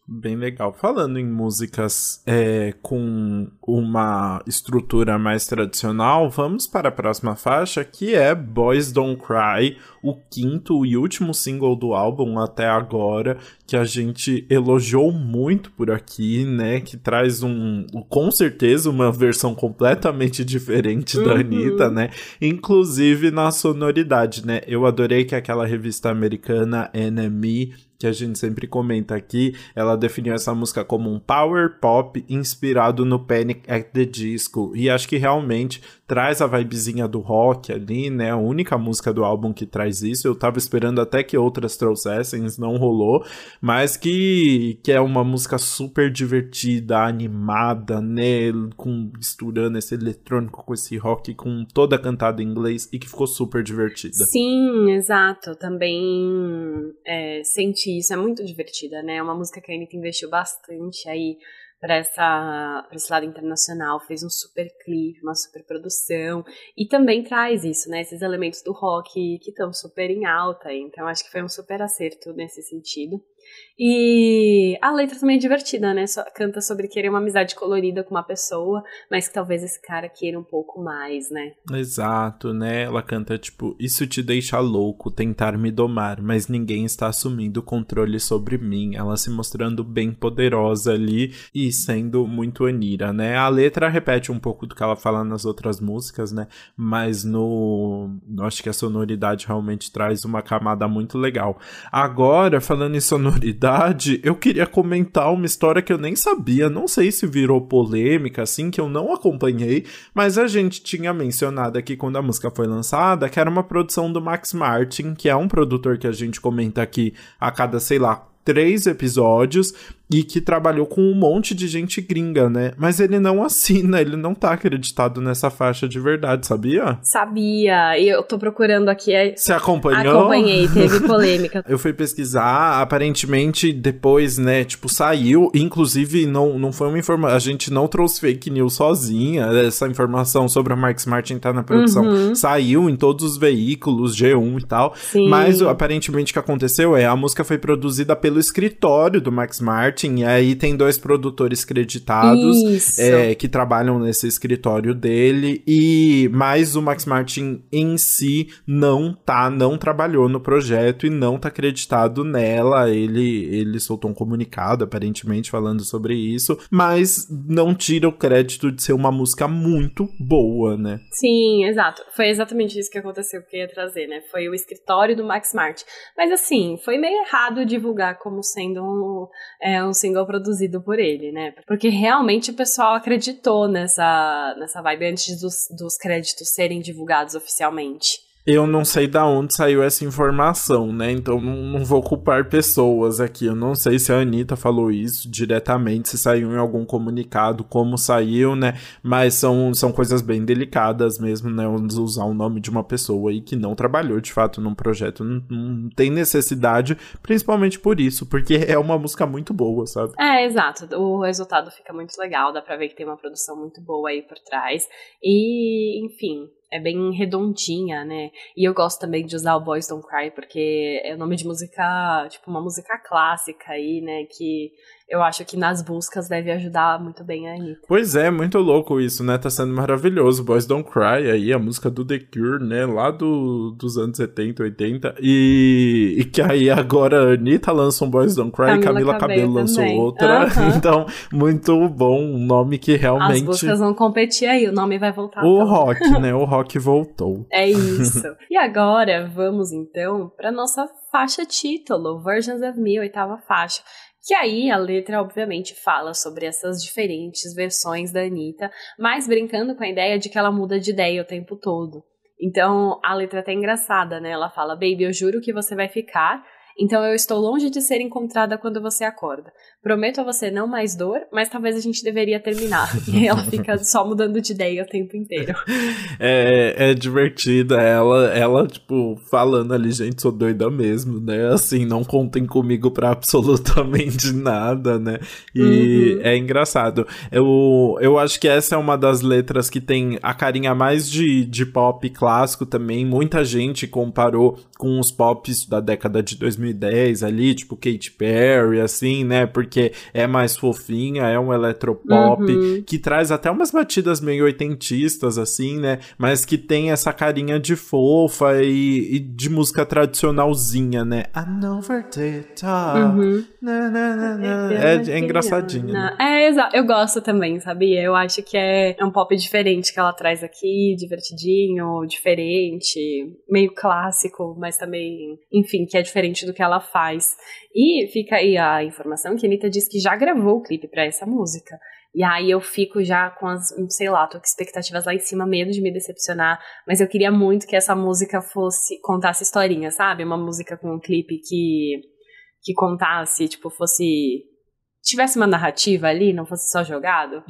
Bem legal. Falando em músicas com uma estrutura mais tradicional, vamos para a próxima faixa, que é Boys Don't Cry, o quinto e último single do álbum até agora, que a gente elogiou muito por aqui, né? Que traz com certeza, uma versão completamente diferente da Anitta, né? Inclusive na sonoridade, né? Eu adorei que aquela revista americana NME, que a gente sempre comenta aqui, ela definiu essa música como um power pop inspirado no Panic! At the Disco, e acho que realmente traz a vibezinha do rock ali, né, a única música do álbum que traz isso. Eu tava esperando até que outras trouxessem, não rolou, mas que é uma música super divertida, animada, né, misturando esse eletrônico com esse rock, com toda cantada em inglês, e que ficou super divertida. Sim, exato, também senti isso, é muito divertida, né, é uma música que a Anitta investiu bastante aí para esse lado internacional, fez um super clipe, uma super produção, e também traz isso, né, esses elementos do rock que estão super em alta, então acho que foi um super acerto nesse sentido. E a letra também é divertida, né? Canta sobre querer uma amizade colorida com uma pessoa, mas que talvez esse cara queira um pouco mais, né? Exato, né? Ela canta tipo, isso te deixa louco, tentar me domar, mas ninguém está assumindo o controle sobre mim. Ela se mostrando bem poderosa ali e sendo muito Anira, né? A letra repete um pouco do que ela fala nas outras músicas, né? Mas acho que a sonoridade realmente traz uma camada muito legal. Agora, falando em sonoridade, eu queria comentar uma história que eu nem sabia, não sei se virou polêmica, assim, que eu não acompanhei, mas a gente tinha mencionado aqui quando a música foi lançada, que era uma produção do Max Martin, que é um produtor que a gente comenta aqui a cada, sei lá, 3 episódios, e que trabalhou com um monte de gente gringa, né? Mas ele não assina, ele não tá acreditado nessa faixa de verdade, sabia? Sabia, e eu tô procurando aqui. Você acompanhou? Acompanhei, teve polêmica. Eu fui pesquisar, aparentemente depois, né, tipo, saiu, inclusive não foi uma informação, a gente não trouxe fake news sozinha, essa informação sobre o Max Martin tá na produção, saiu em todos os veículos, G1 e tal, Sim. Mas aparentemente o que aconteceu a música foi produzida pelo escritório do Max Martin, e aí tem 2 produtores creditados que trabalham nesse escritório dele, mas o Max Martin em si não trabalhou no projeto e não tá acreditado nela. Ele soltou um comunicado, aparentemente, falando sobre isso, mas não tira o crédito de ser uma música muito boa, né? Sim, exato. Foi exatamente isso que aconteceu, que eu ia trazer, né? Foi o escritório do Max Martin. Mas assim, foi meio errado divulgar como sendo um single produzido por ele, né? Porque realmente o pessoal acreditou nessa vibe antes dos créditos serem divulgados oficialmente. Eu não sei da onde saiu essa informação, né? Então não vou culpar pessoas aqui. Eu não sei se a Anitta falou isso diretamente, se saiu em algum comunicado, como saiu, né? Mas são coisas bem delicadas mesmo, né? Usar o nome de uma pessoa aí que não trabalhou de fato num projeto. Não tem necessidade, principalmente por isso, porque é uma música muito boa, sabe? Exato. O resultado fica muito legal, dá pra ver que tem uma produção muito boa aí por trás. E, enfim, é bem redondinha, né? E eu gosto também de usar o Boys Don't Cry, porque é o nome de música, tipo, uma música clássica aí, né? Que eu acho que nas buscas deve ajudar muito bem a Anitta. Pois é, muito louco isso, né? Tá sendo maravilhoso. Boys Don't Cry aí, a música do The Cure, né? Lá dos anos 70, 80. E que aí agora a Anitta lança um Boys Don't Cry, Camila Cabello lançou outra. Então, muito bom. Um nome que realmente... As buscas vão competir aí, o nome vai voltar. O rock, né? O rock voltou. É isso. E agora, vamos então pra nossa faixa título, Versions of Me, 8ª faixa. Que aí a letra, obviamente, fala sobre essas diferentes versões da Anitta, mas brincando com a ideia de que ela muda de ideia o tempo todo. Então, a letra é até engraçada, né? Ela fala, baby, eu juro que você vai ficar, então eu estou longe de ser encontrada quando você acorda. Prometo a você não mais dor, mas talvez a gente deveria terminar. E ela fica só mudando de ideia o tempo inteiro. É divertida ela, tipo, falando ali, gente, sou doida mesmo, né? Assim, não contem comigo pra absolutamente nada, né? E é engraçado. Eu acho que essa é uma das letras que tem a carinha mais de pop clássico também. Muita gente comparou com os pops da década de 2010, 2010 ali, tipo Katy Perry, assim, né? Porque é mais fofinha, é um eletropop, que traz até umas batidas meio oitentistas, assim, né? Mas que tem essa carinha de fofa e de música tradicionalzinha, né? I never did talk. É engraçadinho. Né? Exato. Eu gosto também, sabia? Eu acho que é um pop diferente que ela traz aqui, divertidinho, diferente, meio clássico, mas também, enfim, que é diferente do que ela faz. E fica aí a informação que a Anitta disse que já gravou o clipe pra essa música. E aí eu fico já com as, sei lá, tô com expectativas lá em cima, medo de me decepcionar, mas eu queria muito que essa música contasse historinha, sabe? Uma música com um clipe que contasse, tipo, tivesse uma narrativa ali, não fosse só jogado.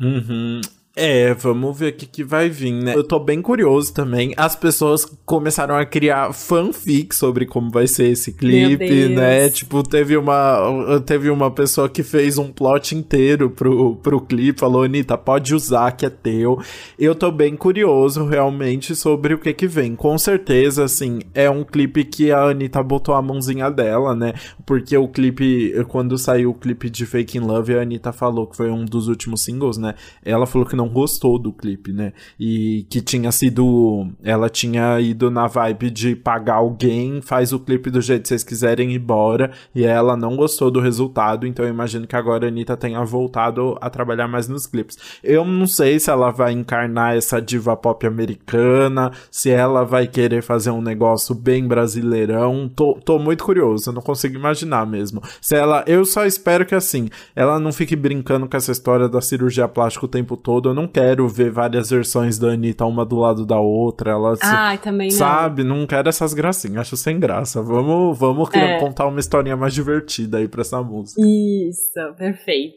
Vamos ver o que vai vir, né? Eu tô bem curioso também. As pessoas começaram a criar fanfic sobre como vai ser esse clipe, né? Tipo, teve uma pessoa que fez um plot inteiro pro clipe, falou, Anitta, pode usar que é teu. Eu tô bem curioso, realmente, sobre o que vem. Com certeza, assim, é um clipe que a Anitta botou a mãozinha dela, né? Porque o clipe, quando saiu o clipe de Fake in Love, a Anitta falou que foi um dos últimos singles, né? Ela falou que não gostou do clipe, né? E que ela tinha ido na vibe de pagar alguém, faz o clipe do jeito que vocês quiserem ir embora, e ela não gostou do resultado, então eu imagino que agora a Anitta tenha voltado a trabalhar mais nos clipes. Eu não sei se ela vai encarnar essa diva pop americana, se ela vai querer fazer um negócio bem brasileirão, tô muito curioso, eu não consigo imaginar mesmo. Eu só espero que, assim, ela não fique brincando com essa história da cirurgia plástica o tempo todo. Eu não quero ver várias versões da Anitta, uma do lado da outra. Também não. Sabe? Não quero essas gracinhas. Acho sem graça. Vamos contar uma historinha mais divertida aí pra essa música. Isso, perfeito.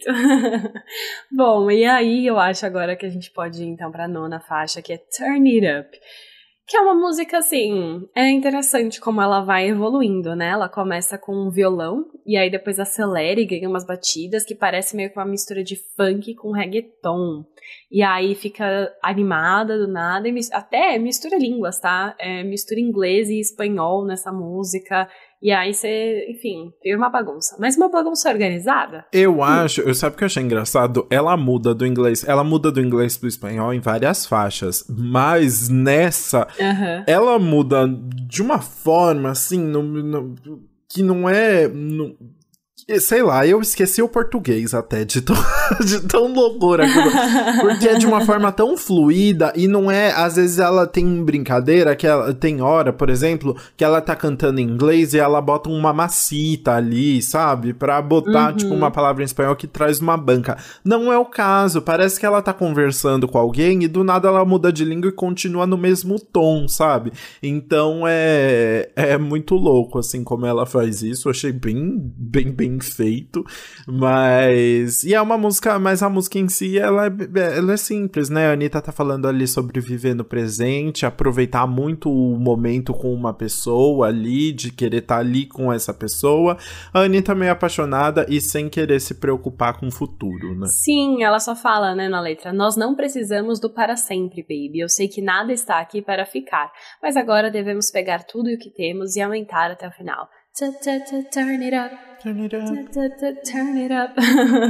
Bom, e aí eu acho agora que a gente pode ir então pra nona faixa, que é Turn It Up. Que é uma música, assim, é interessante como ela vai evoluindo, né? Ela começa com um violão, e aí depois acelera e ganha umas batidas que parece meio que uma mistura de funk com reggaeton. E aí fica animada do nada, e até mistura línguas, tá? Mistura inglês e espanhol nessa música. E aí você, enfim, tem uma bagunça. Mas uma bagunça organizada. Sabe o que eu achei engraçado? Ela muda do inglês pro espanhol em várias faixas. Mas nessa, ela muda de uma forma, assim, que não é... Sei lá, eu esqueci o português até, de tão loucura. Porque é de uma forma tão fluida e não é... Às vezes ela tem brincadeira, que ela tem hora, por exemplo, que ela tá cantando em inglês e ela bota uma macita ali, sabe? Pra botar, tipo, uma palavra em espanhol que traz uma banca. Não é o caso, parece que ela tá conversando com alguém e do nada ela muda de língua e continua no mesmo tom, sabe? Então é muito louco, assim, como ela faz isso. Eu achei bem feito, mas... E é uma música, mas a música em si, ela é simples, né? A Anitta tá falando ali sobre viver no presente, aproveitar muito o momento com uma pessoa ali, de querer estar ali com essa pessoa. A Anitta meio apaixonada e sem querer se preocupar com o futuro, né? Sim, ela só fala, né, na letra, nós não precisamos do para sempre, baby. Eu sei que nada está aqui para ficar, mas agora devemos pegar tudo o que temos e aumentar até o final. Turn it up. Turn it up. Turn it up.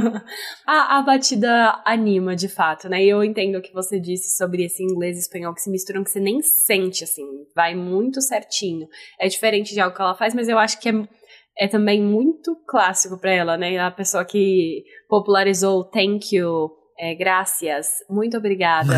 A batida anima, de fato, né? E eu entendo o que você disse sobre esse inglês e espanhol que se misturam, que você nem sente, assim. Vai muito certinho. É diferente de algo que ela faz, mas eu acho que é também muito clássico pra ela, né? A pessoa que popularizou o thank you, graças, muito obrigada.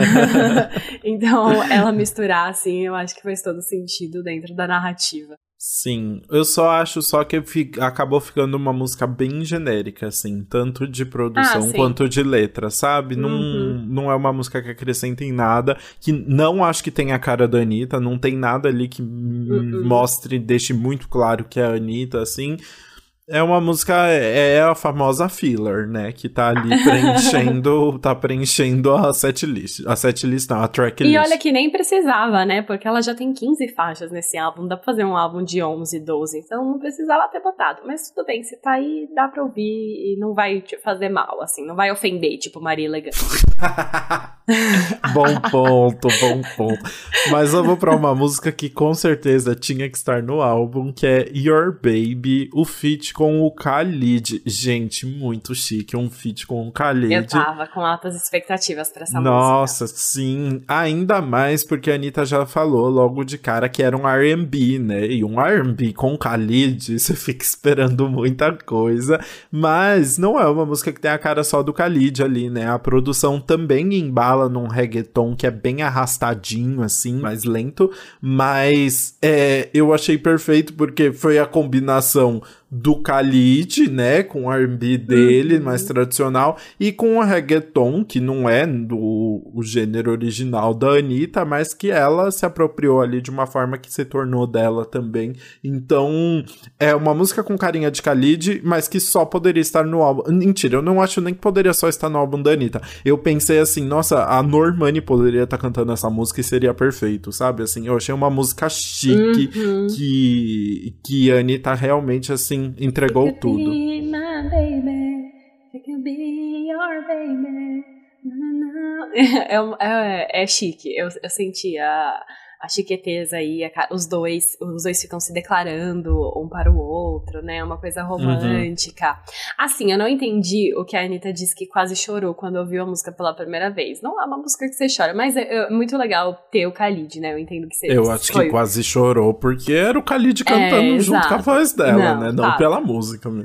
Então, ela misturar, assim, eu acho que faz todo sentido dentro da narrativa. Sim, eu só acho que acabou ficando uma música bem genérica, assim, tanto de produção quanto de letra, sabe? Não é uma música que acrescenta em nada, que não acho que tenha a cara da Anitta, não tem nada ali que mostre, deixe muito claro que é a Anitta, assim. É uma música, é a famosa filler, né? Que tá ali preenchendo a setlist. A setlist não, a tracklist. E olha que nem precisava, né? Porque ela já tem 15 faixas nesse álbum. Dá pra fazer um álbum de 11, 12. Então não precisava ter botado. Mas tudo bem, se tá aí, dá pra ouvir e não vai te fazer mal, assim. Não vai ofender, tipo Maria Elegante. Bom ponto. Mas eu vou pra uma música que com certeza tinha que estar no álbum, que é Your Baby, o feat com o Khalid. Gente, muito chique, um feat com o Khalid. Eu tava com altas expectativas pra essa música. Nossa, sim. Ainda mais porque a Anitta já falou logo de cara que era um R&B, né? E um R&B com Khalid, você fica esperando muita coisa. Mas não é uma música que tem a cara só do Khalid ali, né? A produção também embala num reggaeton que é bem arrastadinho, assim, mais lento. Mas eu achei perfeito porque foi a combinação do Khalid, né, com o R&B dele, mais tradicional, e com o reggaeton, que não é o gênero original da Anitta, mas que ela se apropriou ali de uma forma que se tornou dela também. Então, é uma música com carinha de Khalid, mas que só poderia estar no álbum. Mentira, eu não acho nem que poderia só estar no álbum da Anitta. Eu pensei assim, nossa, a Normani poderia estar cantando essa música e seria perfeito, sabe? Assim, eu achei uma música chique, que a Anitta realmente, assim, entregou tudo. É chique. Eu senti a chiqueteza aí, os dois ficam se declarando um para o outro, né? Uma coisa romântica. Assim, eu não entendi o que a Anitta disse que quase chorou quando ouviu a música pela primeira vez. Não é uma música que você chora, mas é muito legal ter o Khalid, né? Eu entendo que você... Eu acho que quase chorou, porque era o Khalid cantando junto com a voz dela, né? Não pela música mesmo.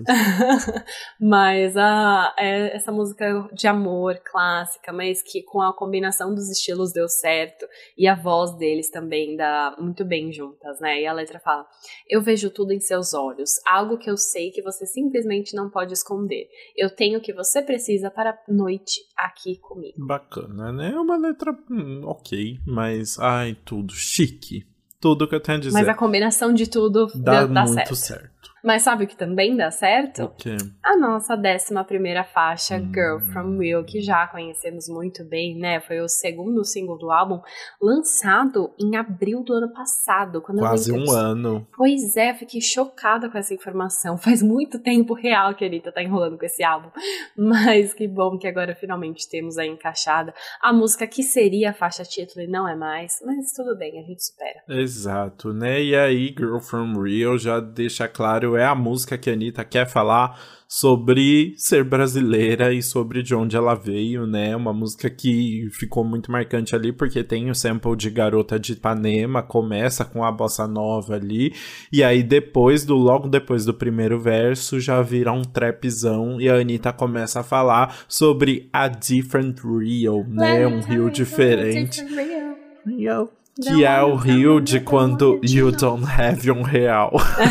Mas essa música de amor clássica, mas que com a combinação dos estilos deu certo, e a voz deles também dá muito bem juntas, né? E a letra fala: eu vejo tudo em seus olhos, algo que eu sei que você simplesmente não pode esconder. Eu tenho o que você precisa para a noite aqui comigo. Bacana, né? É uma letra ok, mas tudo chique. Tudo que eu tenho a dizer. Mas a combinação de tudo dá muito certo. certo. Mas sabe o que também dá certo? O quê? A nossa 11ª faixa, Girl From Real, que já conhecemos muito bem, né? Foi o segundo single do álbum, lançado em abril do ano passado. Quase um ano. Pois é, fiquei chocada com essa informação. Faz muito tempo real que a Anitta tá enrolando com esse álbum. Mas que bom que agora finalmente temos aí encaixada a música que seria a faixa título e não é mais. Mas tudo bem, a gente supera. Exato, né? E aí, Girl From Real já deixa claro, é a música que a Anitta quer falar sobre ser brasileira e sobre de onde ela veio, né? Uma música que ficou muito marcante ali, porque tem o sample de Garota de Ipanema, começa com a bossa nova ali, e aí logo depois do primeiro verso, já vira um trapzão, e a Anitta começa a falar sobre a different real, né? Um rio diferente. Real. Que é o rio de quando you don't have um real.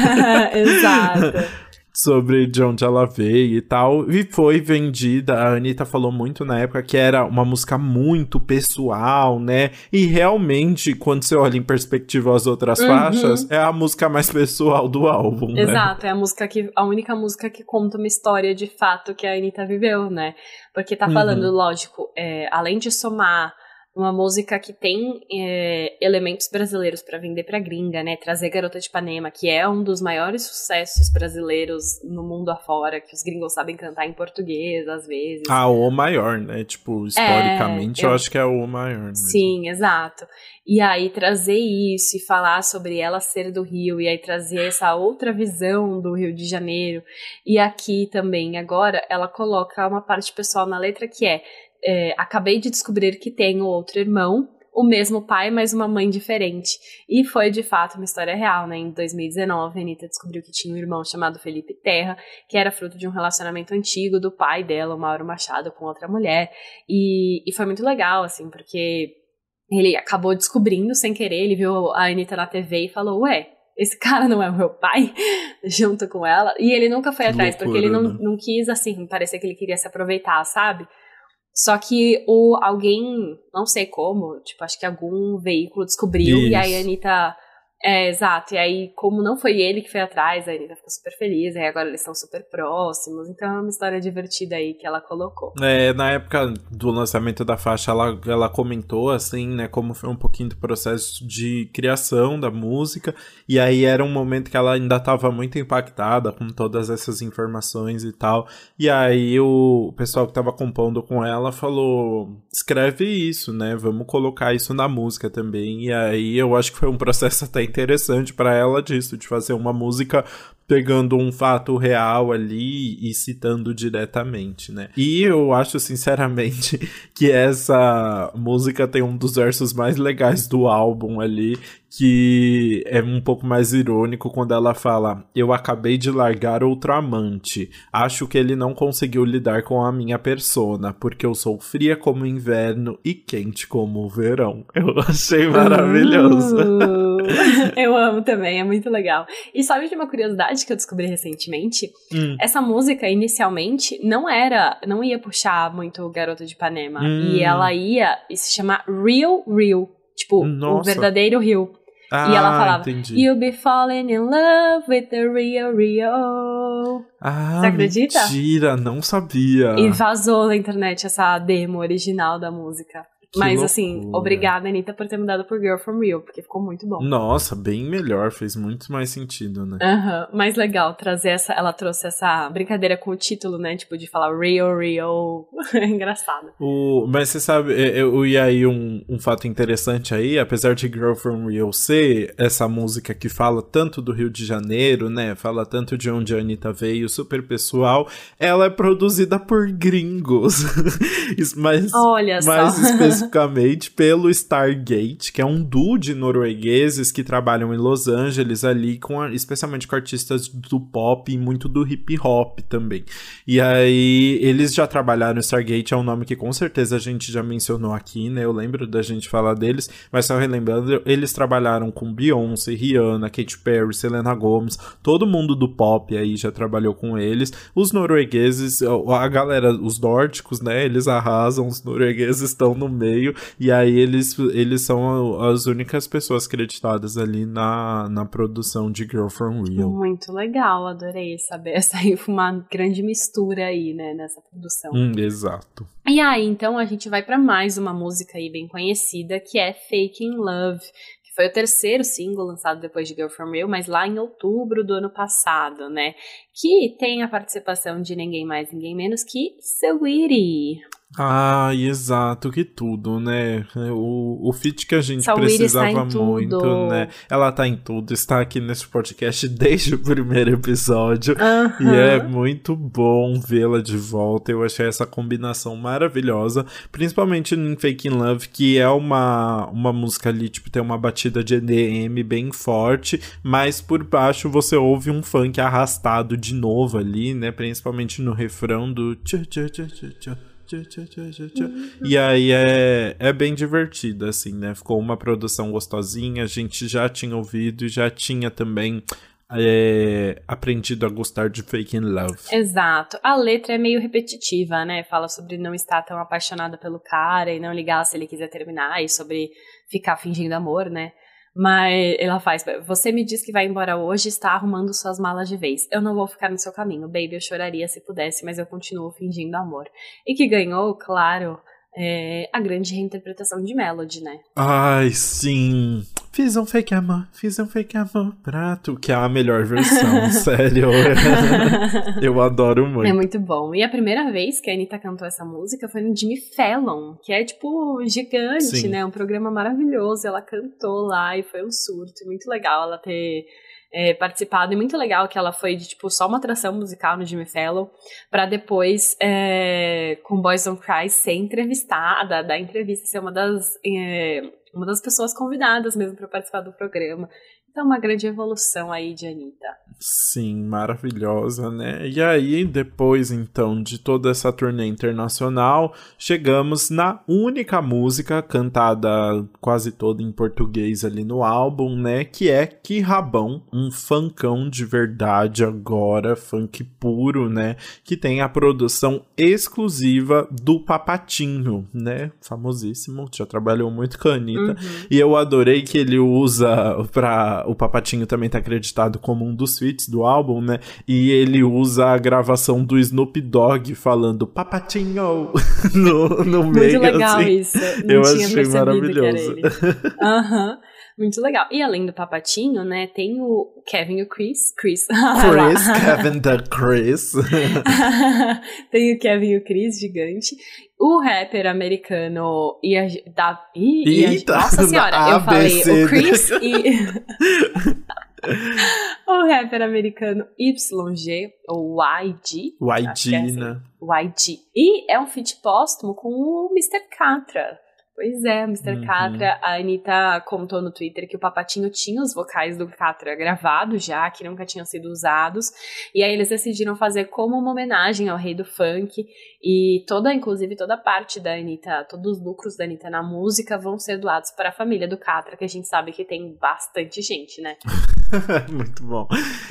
Exato. Sobre de onde ela veio e tal. E foi vendida, a Anitta falou muito na época que era uma música muito pessoal, né? E realmente, quando você olha em perspectiva as outras faixas, é a música mais pessoal do álbum, né? Exato, é a única música que conta uma história de fato que a Anitta viveu, né? Porque tá falando, lógico, além de somar uma música que tem elementos brasileiros pra vender pra gringa, né? Trazer Garota de Ipanema, que é um dos maiores sucessos brasileiros no mundo afora, que os gringos sabem cantar em português, às vezes. O maior, né? Tipo, historicamente, eu acho que é o maior. Mesmo. Sim, exato. E aí trazer isso e falar sobre ela ser do Rio, e aí trazer essa outra visão do Rio de Janeiro. E aqui também, agora, ela coloca uma parte pessoal na letra que acabei de descobrir que tenho outro irmão, o mesmo pai, mas uma mãe diferente. E foi, de fato, uma história real, né? Em 2019, a Anitta descobriu que tinha um irmão chamado Felipe Terra, que era fruto de um relacionamento antigo do pai dela, o Mauro Machado, com outra mulher. E foi muito legal, assim, porque ele acabou descobrindo sem querer, ele viu a Anitta na TV e falou, esse cara não é o meu pai? Junto com ela. E ele nunca foi atrás, porque ele não quis, assim, parecer que ele queria se aproveitar, sabe? Só que alguém, não sei como, tipo, acho que algum veículo descobriu, e aí a Anitta Exato. E aí, como não foi ele que foi atrás, a Anitta ficou super feliz, aí agora eles estão super próximos, então é uma história divertida aí que ela colocou. Na época do lançamento da faixa, ela comentou, assim, né, como foi um pouquinho do processo de criação da música, e aí era um momento que ela ainda estava muito impactada com todas essas informações e tal, e aí o pessoal que estava compondo com ela falou, escreve isso, né, vamos colocar isso na música também, e aí eu acho que foi um processo até interessante para ela disso, de fazer uma música pegando um fato real ali e citando diretamente, né? E eu acho, sinceramente, que essa música tem um dos versos mais legais do álbum ali, que é um pouco mais irônico quando ela fala: eu acabei de largar outro amante, acho que ele não conseguiu lidar com a minha persona, porque eu sou fria como o inverno e quente como o verão. Eu achei maravilhoso. Eu amo também, é muito legal. E sabe de uma curiosidade que eu descobri recentemente? Essa música, inicialmente, não ia puxar muito Garota de Ipanema. E ela ia se chamar Real Real, tipo, o verdadeiro Rio. E ela falava, entendi. You'll be falling in love with the real Rio. Você acredita? Mentira, não sabia. E vazou na internet essa demo original da música. Mas, assim, obrigada, Anitta, por ter mudado por Girl From Real, porque ficou muito bom. Nossa, bem melhor, fez muito mais sentido, né? Mais legal trazer ela trouxe essa brincadeira com o título, né? Tipo, de falar Real, Real. É engraçado. Mas você sabe, e aí um fato interessante aí, apesar de Girl From Real ser essa música que fala tanto do Rio de Janeiro, né? Fala tanto de onde a Anitta veio, super pessoal, ela é produzida por gringos. Olha só. Mais especificamente pelo Stargate, que é um duo de noruegueses que trabalham em Los Angeles ali, especialmente com artistas do pop e muito do hip hop também. E aí, eles já trabalharam no Stargate, é um nome que com certeza a gente já mencionou aqui, né? Eu lembro da gente falar deles, mas só relembrando, eles trabalharam com Beyoncé, Rihanna, Katy Perry, Selena Gomez, todo mundo do pop aí já trabalhou com eles. Os noruegueses, a galera, os nórdicos, né? Eles arrasam, os noruegueses estão no meio, e aí eles são as únicas pessoas creditadas ali na produção de Girl From Real. Muito legal, adorei saber. Saiu uma grande mistura aí, né, nessa produção. Exato. E aí, então, a gente vai pra mais uma música aí bem conhecida, que é Faking Love, que foi o terceiro single lançado depois de Girl From Real, mas lá em outubro do ano passado, né, que tem a participação de ninguém mais, ninguém menos que Saweetie. Exato, que tudo, né? O feat que a gente Saweetie precisava muito, tudo. né? Ela tá em tudo, está aqui nesse podcast desde o primeiro episódio. E é muito bom vê-la de volta. Eu achei essa combinação maravilhosa, principalmente em Faking Love, que é uma música ali, tipo, tem uma batida de EDM bem forte, mas por baixo você ouve um funk arrastado de novo ali, né? Principalmente no refrão do tchá, tchá, tchá, tchá, tchá. E aí é bem divertido, assim, né? Ficou uma produção gostosinha, a gente já tinha ouvido e já tinha também aprendido a gostar de Faking Love. Exato. A letra é meio repetitiva, né? Fala sobre não estar tão apaixonada pelo cara e não ligar se ele quiser terminar, e sobre ficar fingindo amor, né? Mas ela faz, você me diz que vai embora hoje e está arrumando suas malas de vez. Eu não vou ficar no seu caminho, baby, eu choraria se pudesse, mas eu continuo fingindo amor. E que ganhou, claro, a grande reinterpretação de Melody, né? Ai, sim. Fiz um fake amor pra tu, que é a melhor versão, sério. Eu adoro muito. É muito bom. E a primeira vez que a Anitta cantou essa música foi no Jimmy Fallon, que é, tipo, gigante, sim, né? Um programa maravilhoso. Ela cantou lá e foi um surto. Muito legal ela ter participado. E muito legal que ela foi de, tipo, só uma atração musical no Jimmy Fallon, pra depois, com Boys Don't Cry, ser entrevistada, dar entrevista, ser uma das pessoas convidadas mesmo para participar do programa. Então, uma grande evolução aí de Anitta. Sim, maravilhosa, né? E aí, depois, então, de toda essa turnê internacional, chegamos na única música cantada quase toda em português ali no álbum, né? Que é Que Rabão, um funkão de verdade agora, funk puro, né? Que tem a produção exclusiva do Papatinho, né? Famosíssimo, já trabalhou muito com a Anitta. E eu adorei que ele usa pra o Papatinho também tá acreditado como um dos feats do álbum, né? E ele usa a gravação do Snoop Dogg falando Papatinho no meio. Muito legal assim. isso. Não Eu tinha achei percebido que era maravilhoso. ele. Aham. Muito legal. E além do Papatinho, né, tem o Kevin e o Chris. Kevin the Chris. Tem o Kevin e o Chris, gigante. O rapper americano Eita, nossa senhora, eu falei o Chris e... o rapper americano YG, ou YG. YG, assim, né? YG. E é um feat póstumo com o Mr. Catra. Pois é, Mr. Catra, a Anitta contou no Twitter que o Papatinho tinha os vocais do Catra gravados já, que nunca tinham sido usados, e aí eles decidiram fazer como uma homenagem ao rei do funk, e inclusive toda a parte da Anitta, todos os lucros da Anitta na música vão ser doados para a família do Catra, que a gente sabe que tem bastante gente, né? Muito bom.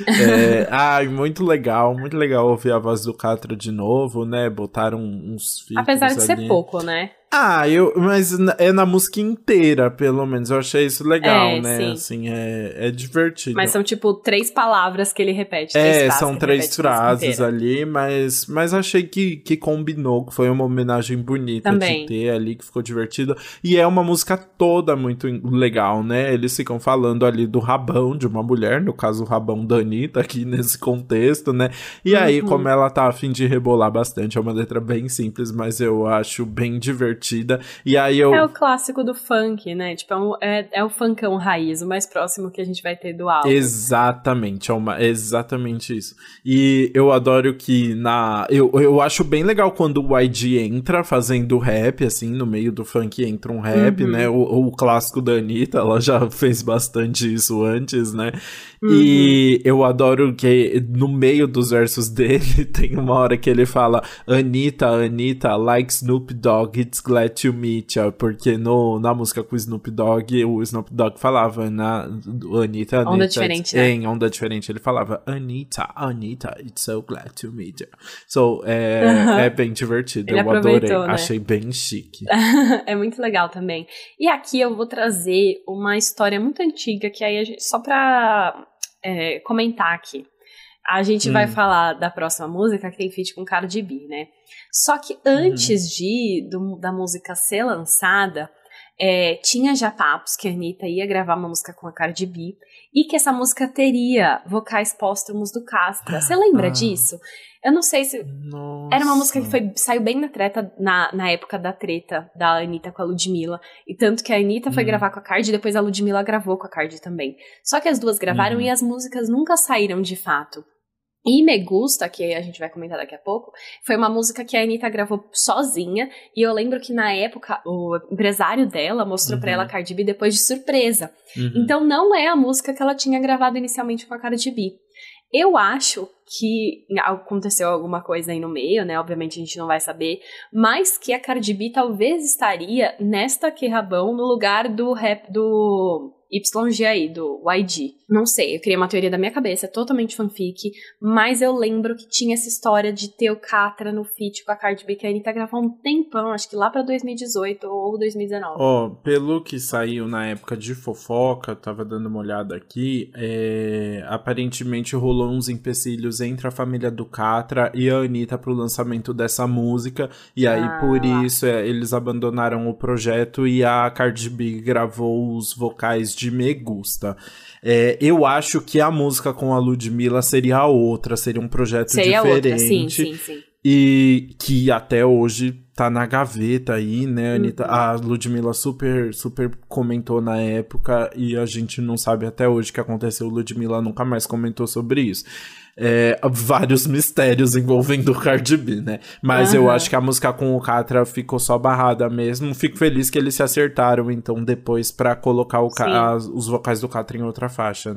Muito legal ouvir a voz do Catra de novo, né? Botaram uns filtros Apesar de ali. ser pouco, né? Mas é na música inteira, pelo menos. Eu achei isso legal, né? Sim. Assim, é divertido. Mas são, tipo, 3 palavras que ele repete. São 3 frases ali, mas achei que combinou, que foi uma homenagem bonita também. de ter ali, que ficou divertida. E é uma música toda muito legal, né? Eles ficam falando ali do rabão de uma mulher, no caso o rabão da Anitta, aqui nesse contexto, né? E aí, como ela tá a fim de rebolar bastante, é uma letra bem simples, mas eu acho bem divertida. E aí É o clássico do funk, né? Tipo, é o funkão raiz, o mais próximo que a gente vai ter do álbum. Exatamente, exatamente isso. E eu adoro que eu acho bem legal quando o YG entra fazendo rap, assim, no meio do funk entra um rap, né? O clássico da Anitta, ela já fez bastante isso antes, né? E eu adoro que no meio dos versos dele tem uma hora que ele fala Anitta, like Snoop Dogg, it's glad to meet you, porque na música com o Snoop Dogg falava na Anitta, onda diferente, né? Em onda diferente, ele falava Anitta, it's so glad to meet you. So, é bem divertido, ele eu adorei, né? achei bem chique. É muito legal também. E aqui eu vou trazer uma história muito antiga, que aí só pra comentar aqui. A gente vai falar da próxima música, que tem feat com Cardi B, né? Só que antes da música ser lançada, tinha já papos que a Anitta ia gravar uma música com a Cardi B e que essa música teria vocais póstumos do Catra. Você lembra disso? Eu não sei se... Nossa. Era uma música que saiu bem na treta, na época da treta da Anitta com a Ludmilla. E tanto que a Anitta foi gravar com a Cardi, e depois a Ludmilla gravou com a Cardi também. Só que as duas gravaram e as músicas nunca saíram de fato. E Me Gusta, que a gente vai comentar daqui a pouco, foi uma música que a Anitta gravou sozinha, e eu lembro que na época o empresário dela mostrou pra ela a Cardi B depois de surpresa. Então não é a música que ela tinha gravado inicialmente com a Cardi B. Eu acho que aconteceu alguma coisa aí no meio, né? Obviamente a gente não vai saber, mas que a Cardi B talvez estaria nesta Que Rabão no lugar do rap do YG aí, do YG. Não sei, eu criei uma teoria da minha cabeça, totalmente fanfic, mas eu lembro que tinha essa história de ter o Catra no feat com a Cardi B, que a Anitta gravou um tempão, acho que lá pra 2018 ou 2019. Pelo que saiu na época de fofoca, tava dando uma olhada aqui, aparentemente rolou uns empecilhos entre a família do Catra e a Anitta pro lançamento dessa música, e aí por isso eles abandonaram o projeto e a Cardi B gravou os vocais de Me Gusta. Eu acho que a música com a Ludmilla seria a outra, seria um projeto diferente. Outra, sim. E que até hoje tá na gaveta aí, né, Anitta? A Ludmilla super comentou na época e a gente não sabe até hoje o que aconteceu. Ludmilla nunca mais comentou sobre isso. Vários mistérios envolvendo o Cardi B, né? Mas eu acho que a música com o Catra ficou só barrada mesmo. Fico feliz que eles se acertaram, então, depois pra colocar os vocais do Catra em outra faixa, né?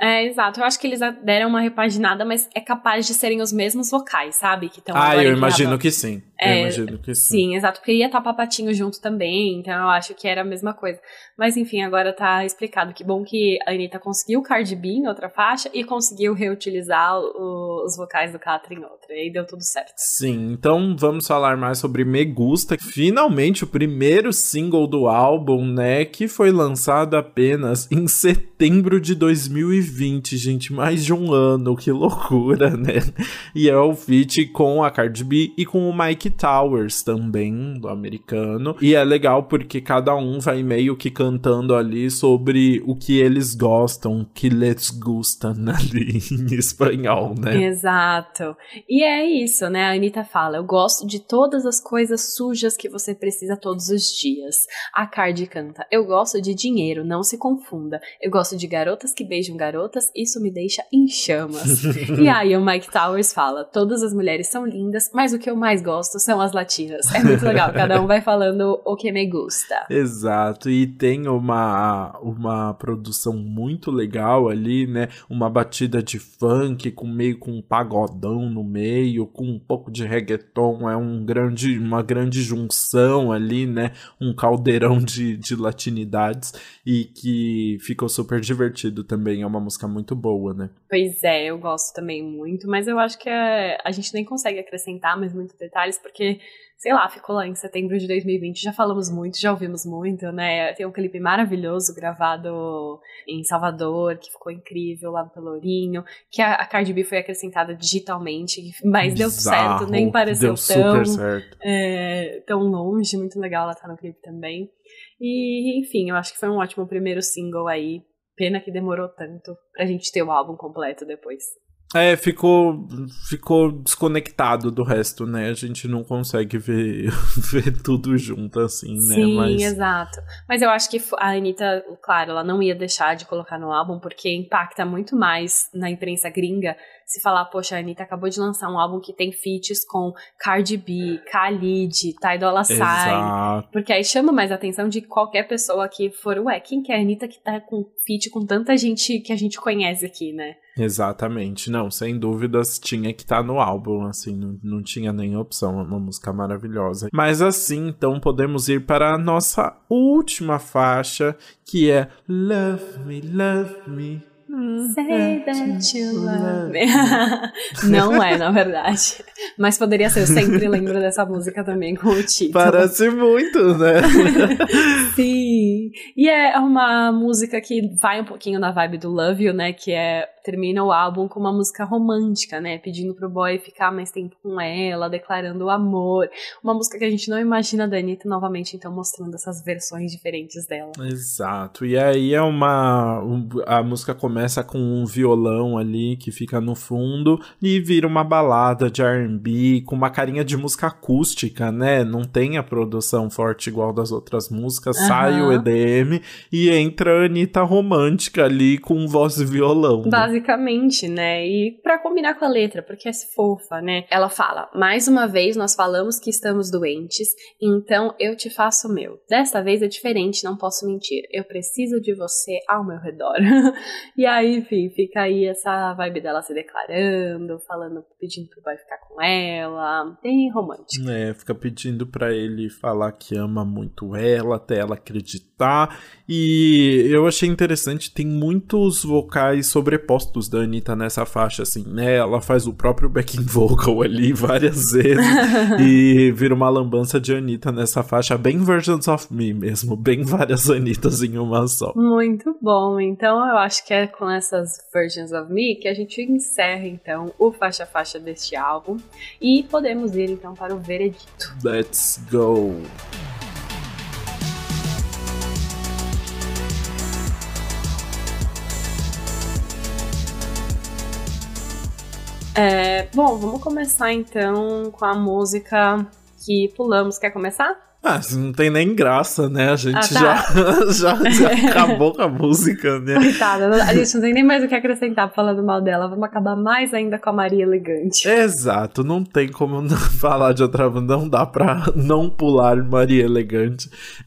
Exato. Eu acho que eles deram uma repaginada, mas é capaz de serem os mesmos vocais, sabe? Que estão agora eu imagino que sim. Eu imagino que sim. Sim, exato. Porque ia estar Papatinho junto também, então eu acho que era a mesma coisa. Mas enfim, agora tá explicado. Que bom que a Anitta conseguiu Cardi B em outra faixa e conseguiu reutilizar os vocais do Catra em outra. E aí deu tudo certo. Sim, então vamos falar mais sobre Me Gusta. Finalmente o primeiro single do álbum, né? Que foi lançado apenas em setembro de 2020, gente. Mais de um ano, que loucura, né? E é o feat com a Cardi B e com o Mike Towers também, do americano. E é legal porque cada um vai meio que cantando ali sobre o que eles gostam, que les gustan ali em espanhol, né? Exato. E é isso, né? A Anitta fala, eu gosto de todas as coisas sujas que você precisa todos os dias. A Cardi canta, eu gosto de dinheiro, não se confunda. Eu gosto de garotas que beijam garotas, isso me deixa em chamas. E aí o Mike Towers fala, todas as mulheres são lindas, mas o que eu mais gosto são as latinas. É muito legal, cada um vai falando o que me gusta. Exato, e tem uma produção muito legal ali, né? Uma batida de funk com meio com um pagodão no meio, com um pouco de reggaeton, é uma grande junção ali, né? Um caldeirão de latinidades e que ficou super divertido também, é uma música muito boa, né? Pois é, eu gosto também muito, mas eu acho que a gente nem consegue acrescentar mais muitos detalhes, porque, sei lá, ficou lá em setembro de 2020, já falamos muito, já ouvimos muito, né? Tem um clipe maravilhoso gravado em Salvador, que ficou incrível, lá no Pelourinho, que a Cardi B foi acrescentada digitalmente, mas deu certo, nem pareceu tão longe, muito legal ela tá no clipe também. E, enfim, eu acho que foi um ótimo primeiro single aí, pena que demorou tanto pra gente ter o álbum completo depois. Ficou desconectado do resto, né? A gente não consegue ver tudo junto, assim, né? Sim, exato. Mas eu acho que a Anitta, claro, ela não ia deixar de colocar no álbum, porque impacta muito mais na imprensa gringa se falar, poxa, a Anitta acabou de lançar um álbum que tem feats com Cardi B, Khalid, Ty Dolla Sign. Exato. Porque aí chama mais a atenção de qualquer pessoa que for, quem que é a Anitta que tá com feat com tanta gente que a gente conhece aqui, né? Exatamente, não, sem dúvidas tinha que estar no álbum, assim, não tinha nem opção, é uma música maravilhosa. Mas assim, então podemos ir para a nossa última faixa, que é Love Me, Love Me. Say that you love me. Não é, na verdade. Mas poderia ser, eu sempre lembro dessa música também com o título. Parece muito, né? Sim. E é uma música que vai um pouquinho na vibe do Love You, né? Que termina o álbum com uma música romântica, né? Pedindo pro boy ficar mais tempo com ela, declarando o amor. Uma música que a gente não imagina da Anitta novamente, então mostrando essas versões diferentes dela. Exato. E aí a música começa com um violão ali que fica no fundo e vira uma balada de R&B com uma carinha de música acústica, né? Não tem a produção forte igual das outras músicas. Sai o EDM e entra a Anitta romântica ali com voz e violão. Basicamente, né? E pra combinar com a letra, porque é fofa, né? Ela fala, mais uma vez nós falamos que estamos doentes, então eu te faço meu. Desta vez é diferente, não posso mentir. Eu preciso de você ao meu redor. E aí, enfim, fica aí essa vibe dela se declarando, falando, pedindo pro boy ficar com ela. Bem romântico. Fica pedindo pra ele falar que ama muito ela, até ela acreditar. E eu achei interessante, tem muitos vocais sobrepostos da Anitta nessa faixa, assim, né? Ela faz o próprio backing vocal ali várias vezes e vira uma lambança de Anitta nessa faixa, bem Versions of Me mesmo, bem várias Anitas em uma só. Muito bom, então eu acho que é com essas Versions of Me que a gente encerra, então, o faixa-faixa deste álbum e podemos ir, então, para o veredito. Let's go! Bom, vamos começar então com a música que pulamos. Quer começar? Ah, não tem nem graça, né? A gente tá. já acabou com a música, né? Coitada, a gente não tem nem mais o que acrescentar falando mal dela. Vamos acabar mais ainda com a Maria Elegante. Exato, não tem como não falar de outra, não dá pra não pular Maria Elegante.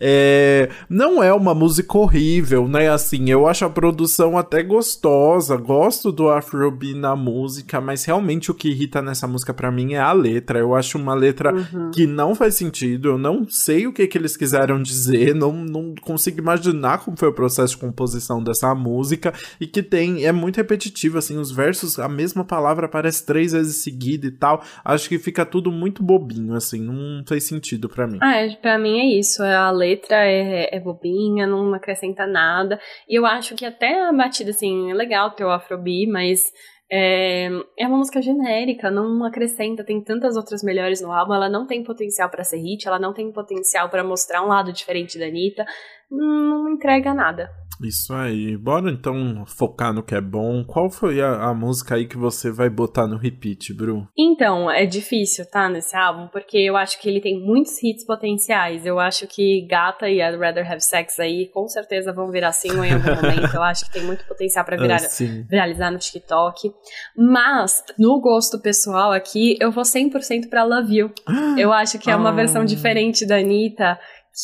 Não é uma música horrível, né? Assim, eu acho a produção até gostosa, gosto do Afrobeat na música, mas realmente o que irrita nessa música pra mim é a letra. Eu acho uma letra que não faz sentido, eu não sei o que eles quiseram dizer, não consigo imaginar como foi o processo de composição dessa música, e que é muito repetitivo, assim, os versos, a mesma palavra aparece 3 vezes seguida e tal, acho que fica tudo muito bobinho, assim, não fez sentido pra mim. Pra mim é isso, a letra é bobinha, não acrescenta nada, e eu acho que até a batida, assim, é legal ter o Afrobeat, mas é uma música genérica, não acrescenta, tem tantas outras melhores no álbum, ela não tem potencial pra ser hit, ela não tem potencial pra mostrar um lado diferente da Anitta, não entrega nada. Isso aí, bora então focar no que é bom. Qual foi a música aí que você vai botar no repeat, Bru? Então, é difícil, tá, nesse álbum, porque eu acho que ele tem muitos hits potenciais. Eu acho que Gata e I'd Rather Have Sex aí, com certeza vão virar single em algum momento. Eu acho que tem muito potencial pra viralizar no TikTok. Mas, no gosto pessoal aqui, eu vou 100% pra Love You. Eu acho que é uma versão diferente da Anitta,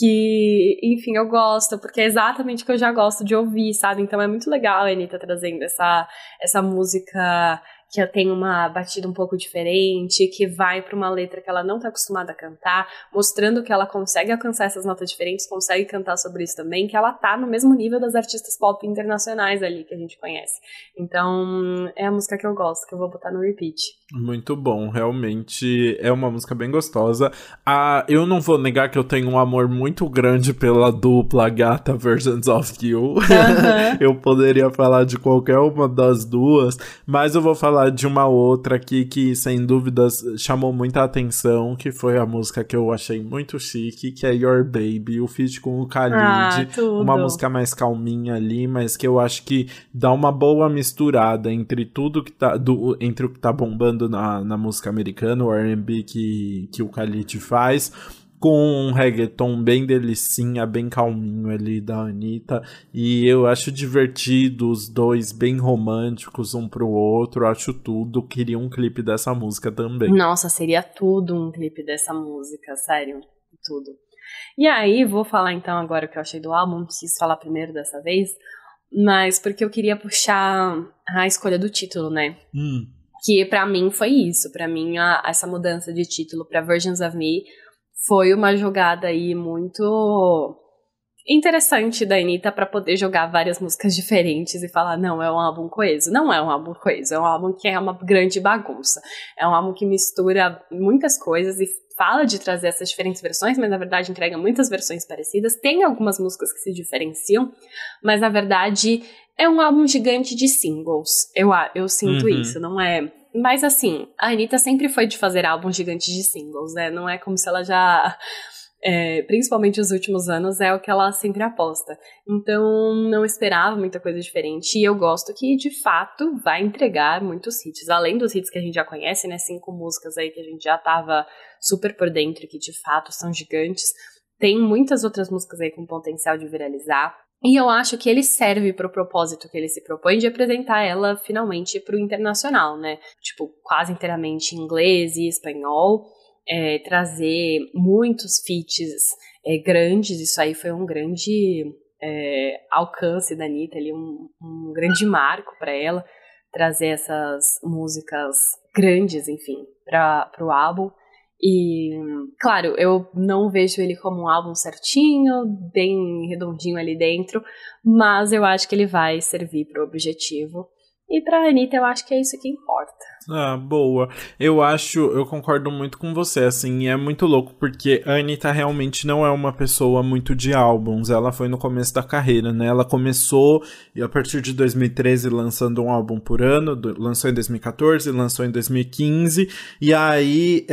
que, enfim, eu gosto, porque é exatamente o que eu já gosto de ouvir, sabe? Então é muito legal a Anitta trazendo essa música que tem uma batida um pouco diferente, que vai pra uma letra que ela não tá acostumada a cantar, mostrando que ela consegue alcançar essas notas diferentes, consegue cantar sobre isso também, que ela tá no mesmo nível das artistas pop internacionais ali que a gente conhece. Então, é a música que eu gosto, que eu vou botar no repeat. Muito bom, realmente é uma música bem gostosa. Eu não vou negar que eu tenho um amor muito grande pela dupla Gata Versions of You. Eu poderia falar de qualquer uma das duas, mas eu vou falar de uma outra aqui que, sem dúvidas, chamou muita atenção, que foi a música que eu achei muito chique, que é Your Baby, o feat com o Khalid. Uma música mais calminha ali, mas que eu acho que dá uma boa misturada entre tudo que tá, entre o que tá bombando na música americana, o R&B que o Khalid faz, com um reggaeton bem delicinha, bem calminho ali da Anitta, e eu acho divertido, os dois bem românticos um pro outro, acho tudo, queria um clipe dessa música também. Nossa, seria tudo um clipe dessa música, sério, tudo. E aí, vou falar então agora o que eu achei do álbum, não preciso falar primeiro dessa vez, mas porque eu queria puxar a escolha do título, né? Que pra mim foi isso, pra mim essa mudança de título pra Versions of Me foi uma jogada aí muito interessante da Anitta pra poder jogar várias músicas diferentes e falar, não, é um álbum coeso. Não é um álbum coeso, é um álbum que é uma grande bagunça. É um álbum que mistura muitas coisas e fala de trazer essas diferentes versões, mas na verdade entrega muitas versões parecidas. Tem algumas músicas que se diferenciam, mas na verdade é um álbum gigante de singles. Eu sinto isso, não é... Mas assim, a Anitta sempre foi de fazer álbuns gigantes de singles, né? Não é como se ela já... principalmente os últimos anos, é o que ela sempre aposta. Então, não esperava muita coisa diferente. E eu gosto que, de fato, vai entregar muitos hits. Além dos hits que a gente já conhece, né? 5 músicas aí que a gente já tava super por dentro, que de fato são gigantes. Tem muitas outras músicas aí com potencial de viralizar. E eu acho que ele serve pro propósito que ele se propõe de apresentar ela finalmente pro internacional, né? Tipo, quase inteiramente em inglês e espanhol. Trazer muitos feats grandes, isso aí foi um grande alcance da Anitta, ali, um grande marco para ela, trazer essas músicas grandes, enfim, pro álbum. E, claro, eu não vejo ele como um álbum certinho, bem redondinho ali dentro, mas eu acho que ele vai servir pro objetivo. E pra Anitta eu acho que é isso que importa. Ah, boa. Eu concordo muito com você, assim, é muito louco, porque a Anitta realmente não é uma pessoa muito de álbuns, ela foi no começo da carreira, né, ela começou, e a partir de 2013, lançando um álbum por ano, lançou em 2014, lançou em 2015, e aí,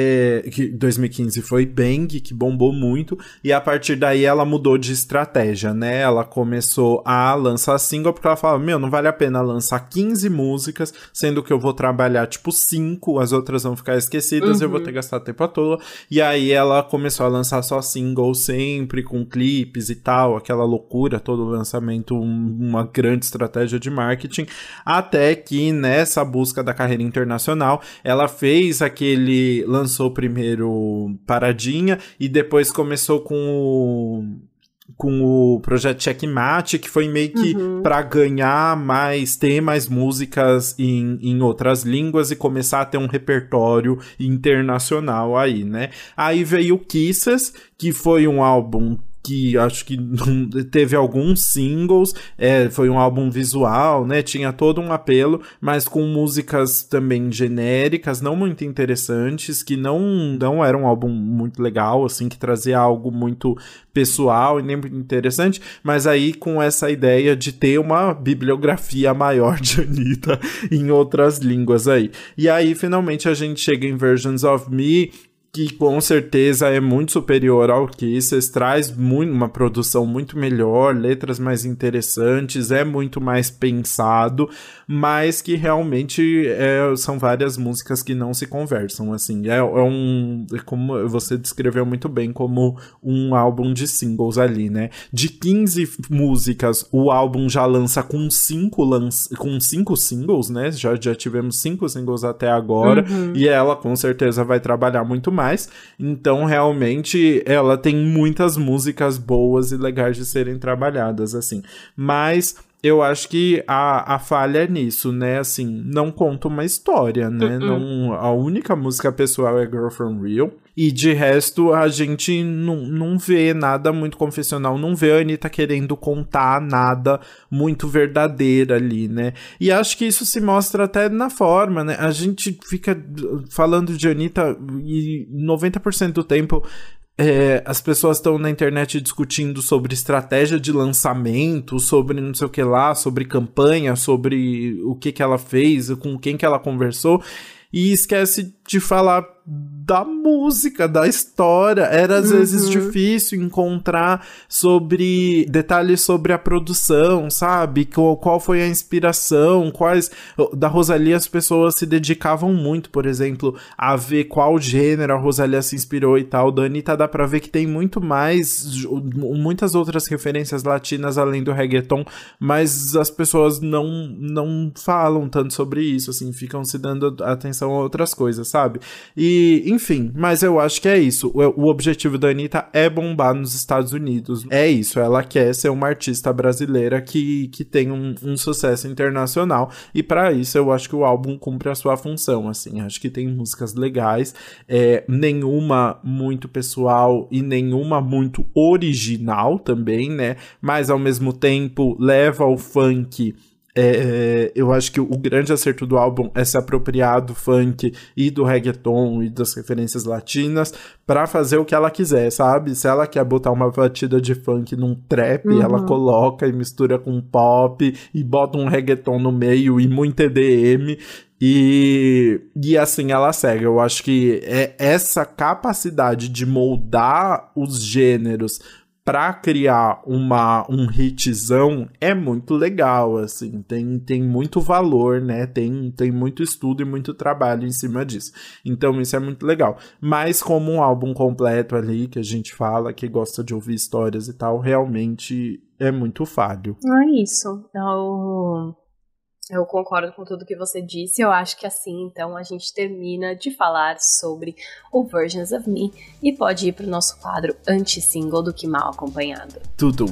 2015 foi Bang, que bombou muito, e a partir daí ela mudou de estratégia, né, ela começou a lançar single, porque ela falava, não vale a pena lançar 15 músicas, sendo que eu vou trabalhar trabalhar, tipo, 5, as outras vão ficar esquecidas, eu vou ter que gastar tempo à toa. E aí ela começou a lançar só singles sempre, com clipes e tal, aquela loucura, todo lançamento, uma grande estratégia de marketing, até que nessa busca da carreira internacional, ela fez lançou primeiro Paradinha, e depois começou com o projeto Checkmate, que foi meio que pra ganhar ter mais músicas em outras línguas e começar a ter um repertório internacional aí, né? Aí veio Kisses, que foi um álbum que acho que teve alguns singles, foi um álbum visual, né, tinha todo um apelo, mas com músicas também genéricas, não muito interessantes, que não era um álbum muito legal, assim, que trazia algo muito pessoal e nem muito interessante, mas aí com essa ideia de ter uma bibliografia maior de Anitta em outras línguas aí. E aí, finalmente, a gente chega em Versions of Me, que com certeza é muito superior ao Kisses, traz uma produção muito melhor, letras mais interessantes, é muito mais pensado, mas que realmente são várias músicas que não se conversam, assim, como você descreveu muito bem, como um álbum de singles ali, né? De 15 músicas, o álbum já lança com 5 singles, né? Já tivemos 5 singles até agora, e ela com certeza vai trabalhar muito mais. Então, realmente, ela tem muitas músicas boas e legais de serem trabalhadas, assim. Mas eu acho que a falha é nisso, né? Assim, não conta uma história, né? A única música pessoal é Girl From Real. E de resto, a gente não vê nada muito confessional, não vê a Anitta querendo contar nada muito verdadeiro ali, né? E acho que isso se mostra até na forma, né? A gente fica falando de Anitta e 90% do tempo as pessoas estão na internet discutindo sobre estratégia de lançamento, sobre não sei o que lá, sobre campanha, sobre o que ela fez, com quem que ela conversou, e esquece de falar da música, da história. Era às vezes difícil encontrar detalhes sobre a produção, sabe? Qual foi a inspiração, da Rosalía as pessoas se dedicavam muito, por exemplo, a ver qual gênero a Rosalía se inspirou e tal. Da Anitta dá pra ver que tem muitas outras referências latinas além do reggaeton, mas as pessoas não falam tanto sobre isso, assim, ficam se dando atenção a outras coisas, sabe? E, enfim, mas eu acho que é isso. O objetivo da Anitta é bombar nos Estados Unidos. É isso, ela quer ser uma artista brasileira que tem um sucesso internacional. E pra isso eu acho que o álbum cumpre a sua função, assim. Acho que tem músicas legais, nenhuma muito pessoal e nenhuma muito original também, né? Mas ao mesmo tempo leva o funk. Eu acho que o grande acerto do álbum é se apropriar do funk e do reggaeton e das referências latinas pra fazer o que ela quiser, sabe? Se ela quer botar uma batida de funk num trap, ela coloca e mistura com pop e bota um reggaeton no meio e muito EDM. E assim ela segue. Eu acho que essa capacidade de moldar os gêneros pra criar um hitzão é muito legal, assim, tem muito valor, né, tem muito estudo e muito trabalho em cima disso, então isso é muito legal, mas como um álbum completo ali, que a gente fala, que gosta de ouvir histórias e tal, realmente é muito falho. É isso, eu concordo com tudo que você disse. Eu acho que assim, então, a gente termina de falar sobre o Versions of Me e pode ir pro nosso quadro anti-single do Que Mal Acompanhado. Tudo.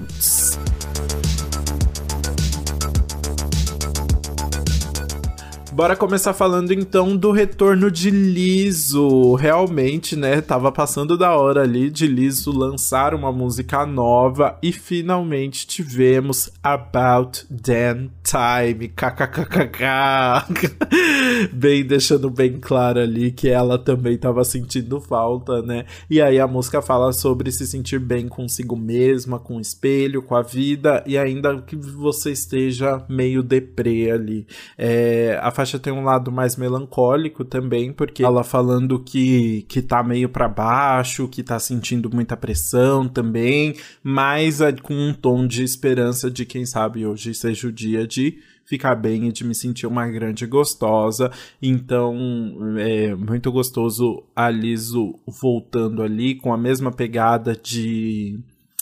Bora começar falando então do retorno de Lizzo. Realmente, né, tava passando da hora ali de Lizzo lançar uma música nova e finalmente tivemos About Damn Time. KKKKK. Deixando bem claro ali que ela também tava sentindo falta, né? E aí a música fala sobre se sentir bem consigo mesma, com o espelho, com a vida, e ainda que você esteja meio deprê ali. A faixa tem um lado mais melancólico também, porque ela falando que tá meio pra baixo, que tá sentindo muita pressão também, mas com um tom de esperança de quem sabe hoje seja o dia de ficar bem e de me sentir uma grande gostosa. Então, é muito gostoso a Lizzo voltando ali com a mesma pegada de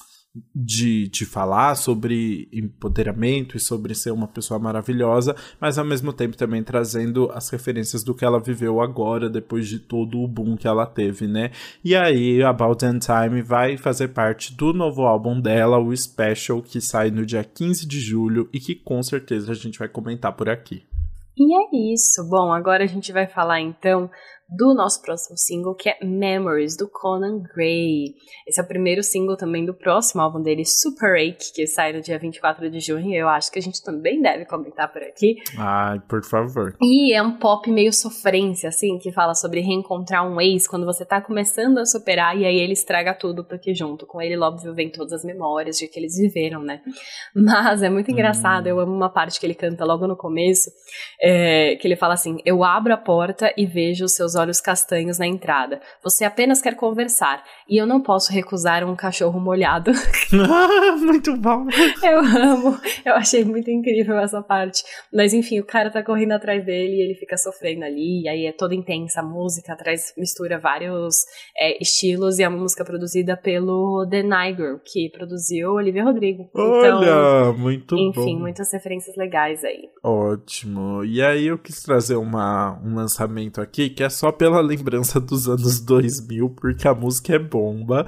falar sobre empoderamento e sobre ser uma pessoa maravilhosa, mas ao mesmo tempo também trazendo as referências do que ela viveu agora, depois de todo o boom que ela teve, né? E aí, About That Time vai fazer parte do novo álbum dela, o Special, que sai no dia 15 de julho e que com certeza a gente vai comentar por aqui. E é isso. Bom, agora a gente vai falar então do nosso próximo single, que é Memories, do Conan Gray. Esse é o primeiro single também do próximo álbum dele, Super 8, que sai no dia 24 de junho. Eu acho que a gente também deve comentar por aqui. Ai, por favor. E é um pop meio sofrência, assim, que fala sobre reencontrar um ex quando você tá começando a superar, e aí ele estraga tudo, porque junto com ele, óbvio, vem todas as memórias de que eles viveram, né? Mas é muito engraçado, eu amo uma parte que ele canta logo no começo, que ele fala assim: eu abro a porta e vejo os seus olhos castanhos na entrada. Você apenas quer conversar, e eu não posso recusar um cachorro molhado. Muito bom. Eu amo, eu achei muito incrível essa parte. Mas enfim, o cara tá correndo atrás dele e ele fica sofrendo ali, e aí é toda intensa a música, mistura vários estilos, e é uma música produzida pelo The Niger, que produziu Olivia Rodrigo. Olha, então, muito bom. Enfim, muitas referências legais aí. Ótimo. E aí eu quis trazer um lançamento aqui que é só pela lembrança dos anos 2000, porque a música é bomba.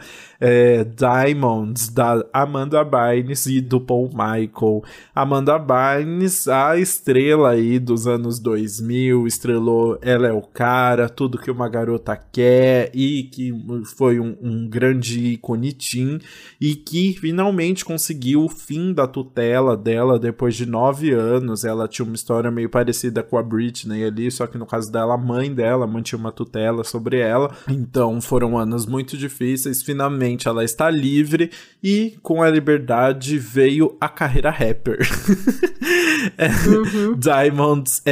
Diamonds, da Amanda Bynes e do Paul Michael. Amanda Bynes, a estrela aí dos anos 2000, estrelou Ela é o Cara, Tudo que uma Garota Quer, e que foi um grande ícone teen, e que finalmente conseguiu o fim da tutela dela depois de 9 anos. Ela tinha uma história meio parecida com a Britney ali, só que no caso dela, a mãe dela mantinha uma tutela sobre ela. Então foram anos muito difíceis. Finalmente ela está livre, e com a liberdade veio a carreira rapper. Diamonds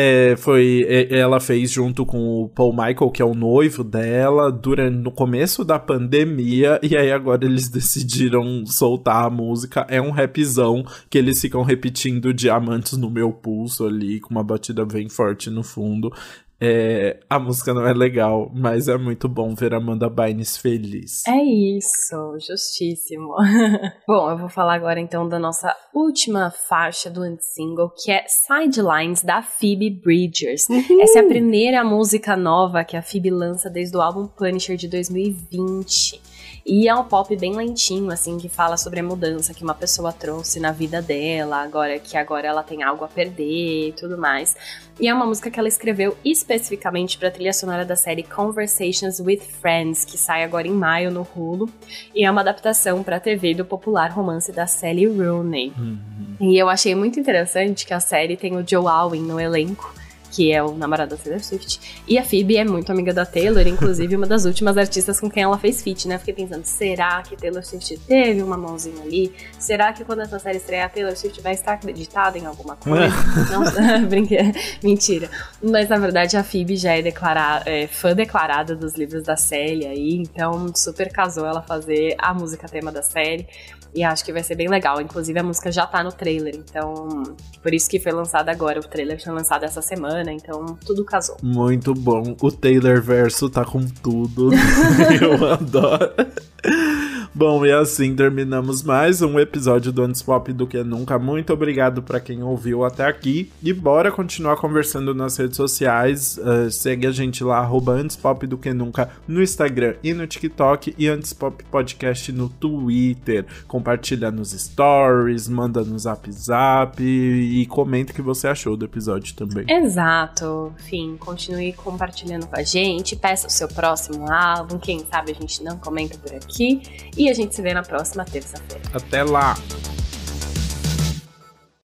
ela fez junto com o Paul Michael, que é o noivo dela, no começo da pandemia, e aí agora eles decidiram soltar a música. É um rapzão que eles ficam repetindo Diamantes no meu pulso ali, com uma batida bem forte no fundo. A música não é legal, mas é muito bom ver a Amanda Bynes feliz. É isso, justíssimo. Bom, eu vou falar agora então da nossa última faixa do single, que é Sidelines, da Phoebe Bridgers. Essa é a primeira música nova que a Phoebe lança desde o álbum Punisher de 2020. E é um pop bem lentinho, assim, que fala sobre a mudança que uma pessoa trouxe na vida dela, agora ela tem algo a perder e tudo mais. E é uma música que ela escreveu especificamente para a trilha sonora da série Conversations with Friends, que sai agora em maio no Hulu. E é uma adaptação para a TV do popular romance da Sally Rooney. E eu achei muito interessante que a série tem o Joe Alwyn no elenco, que é o namorado da Taylor Swift, e a Phoebe é muito amiga da Taylor, inclusive uma das últimas artistas com quem ela fez feat, né? Fiquei pensando, será que Taylor Swift teve uma mãozinha ali? Será que quando essa série estrear, a Taylor Swift vai estar acreditada em alguma coisa? Não, brinquedo, mentira. Mas na verdade a Phoebe já é fã declarada dos livros da Sally aí, então super casou ela fazer a música tema da série. E acho que vai ser bem legal. Inclusive, a música já tá no trailer, então... Por isso que foi lançada agora. O trailer foi lançado essa semana, então tudo casou. Muito bom. O Taylor verso tá com tudo. Eu adoro. Bom, e assim terminamos mais um episódio do Antes Pop do que Nunca. Muito obrigado pra quem ouviu até aqui. E bora continuar conversando nas redes sociais. Segue a gente lá, @AntesPop do que Nunca, no Instagram e no TikTok. E Antes Pop Podcast no Twitter. Compartilha nos stories, manda no zap e comenta o que você achou do episódio também. Exato. Enfim, continue compartilhando com a gente. Peça o seu próximo álbum. Quem sabe a gente não comenta por aqui. E a gente se vê na próxima terça-feira. Até lá!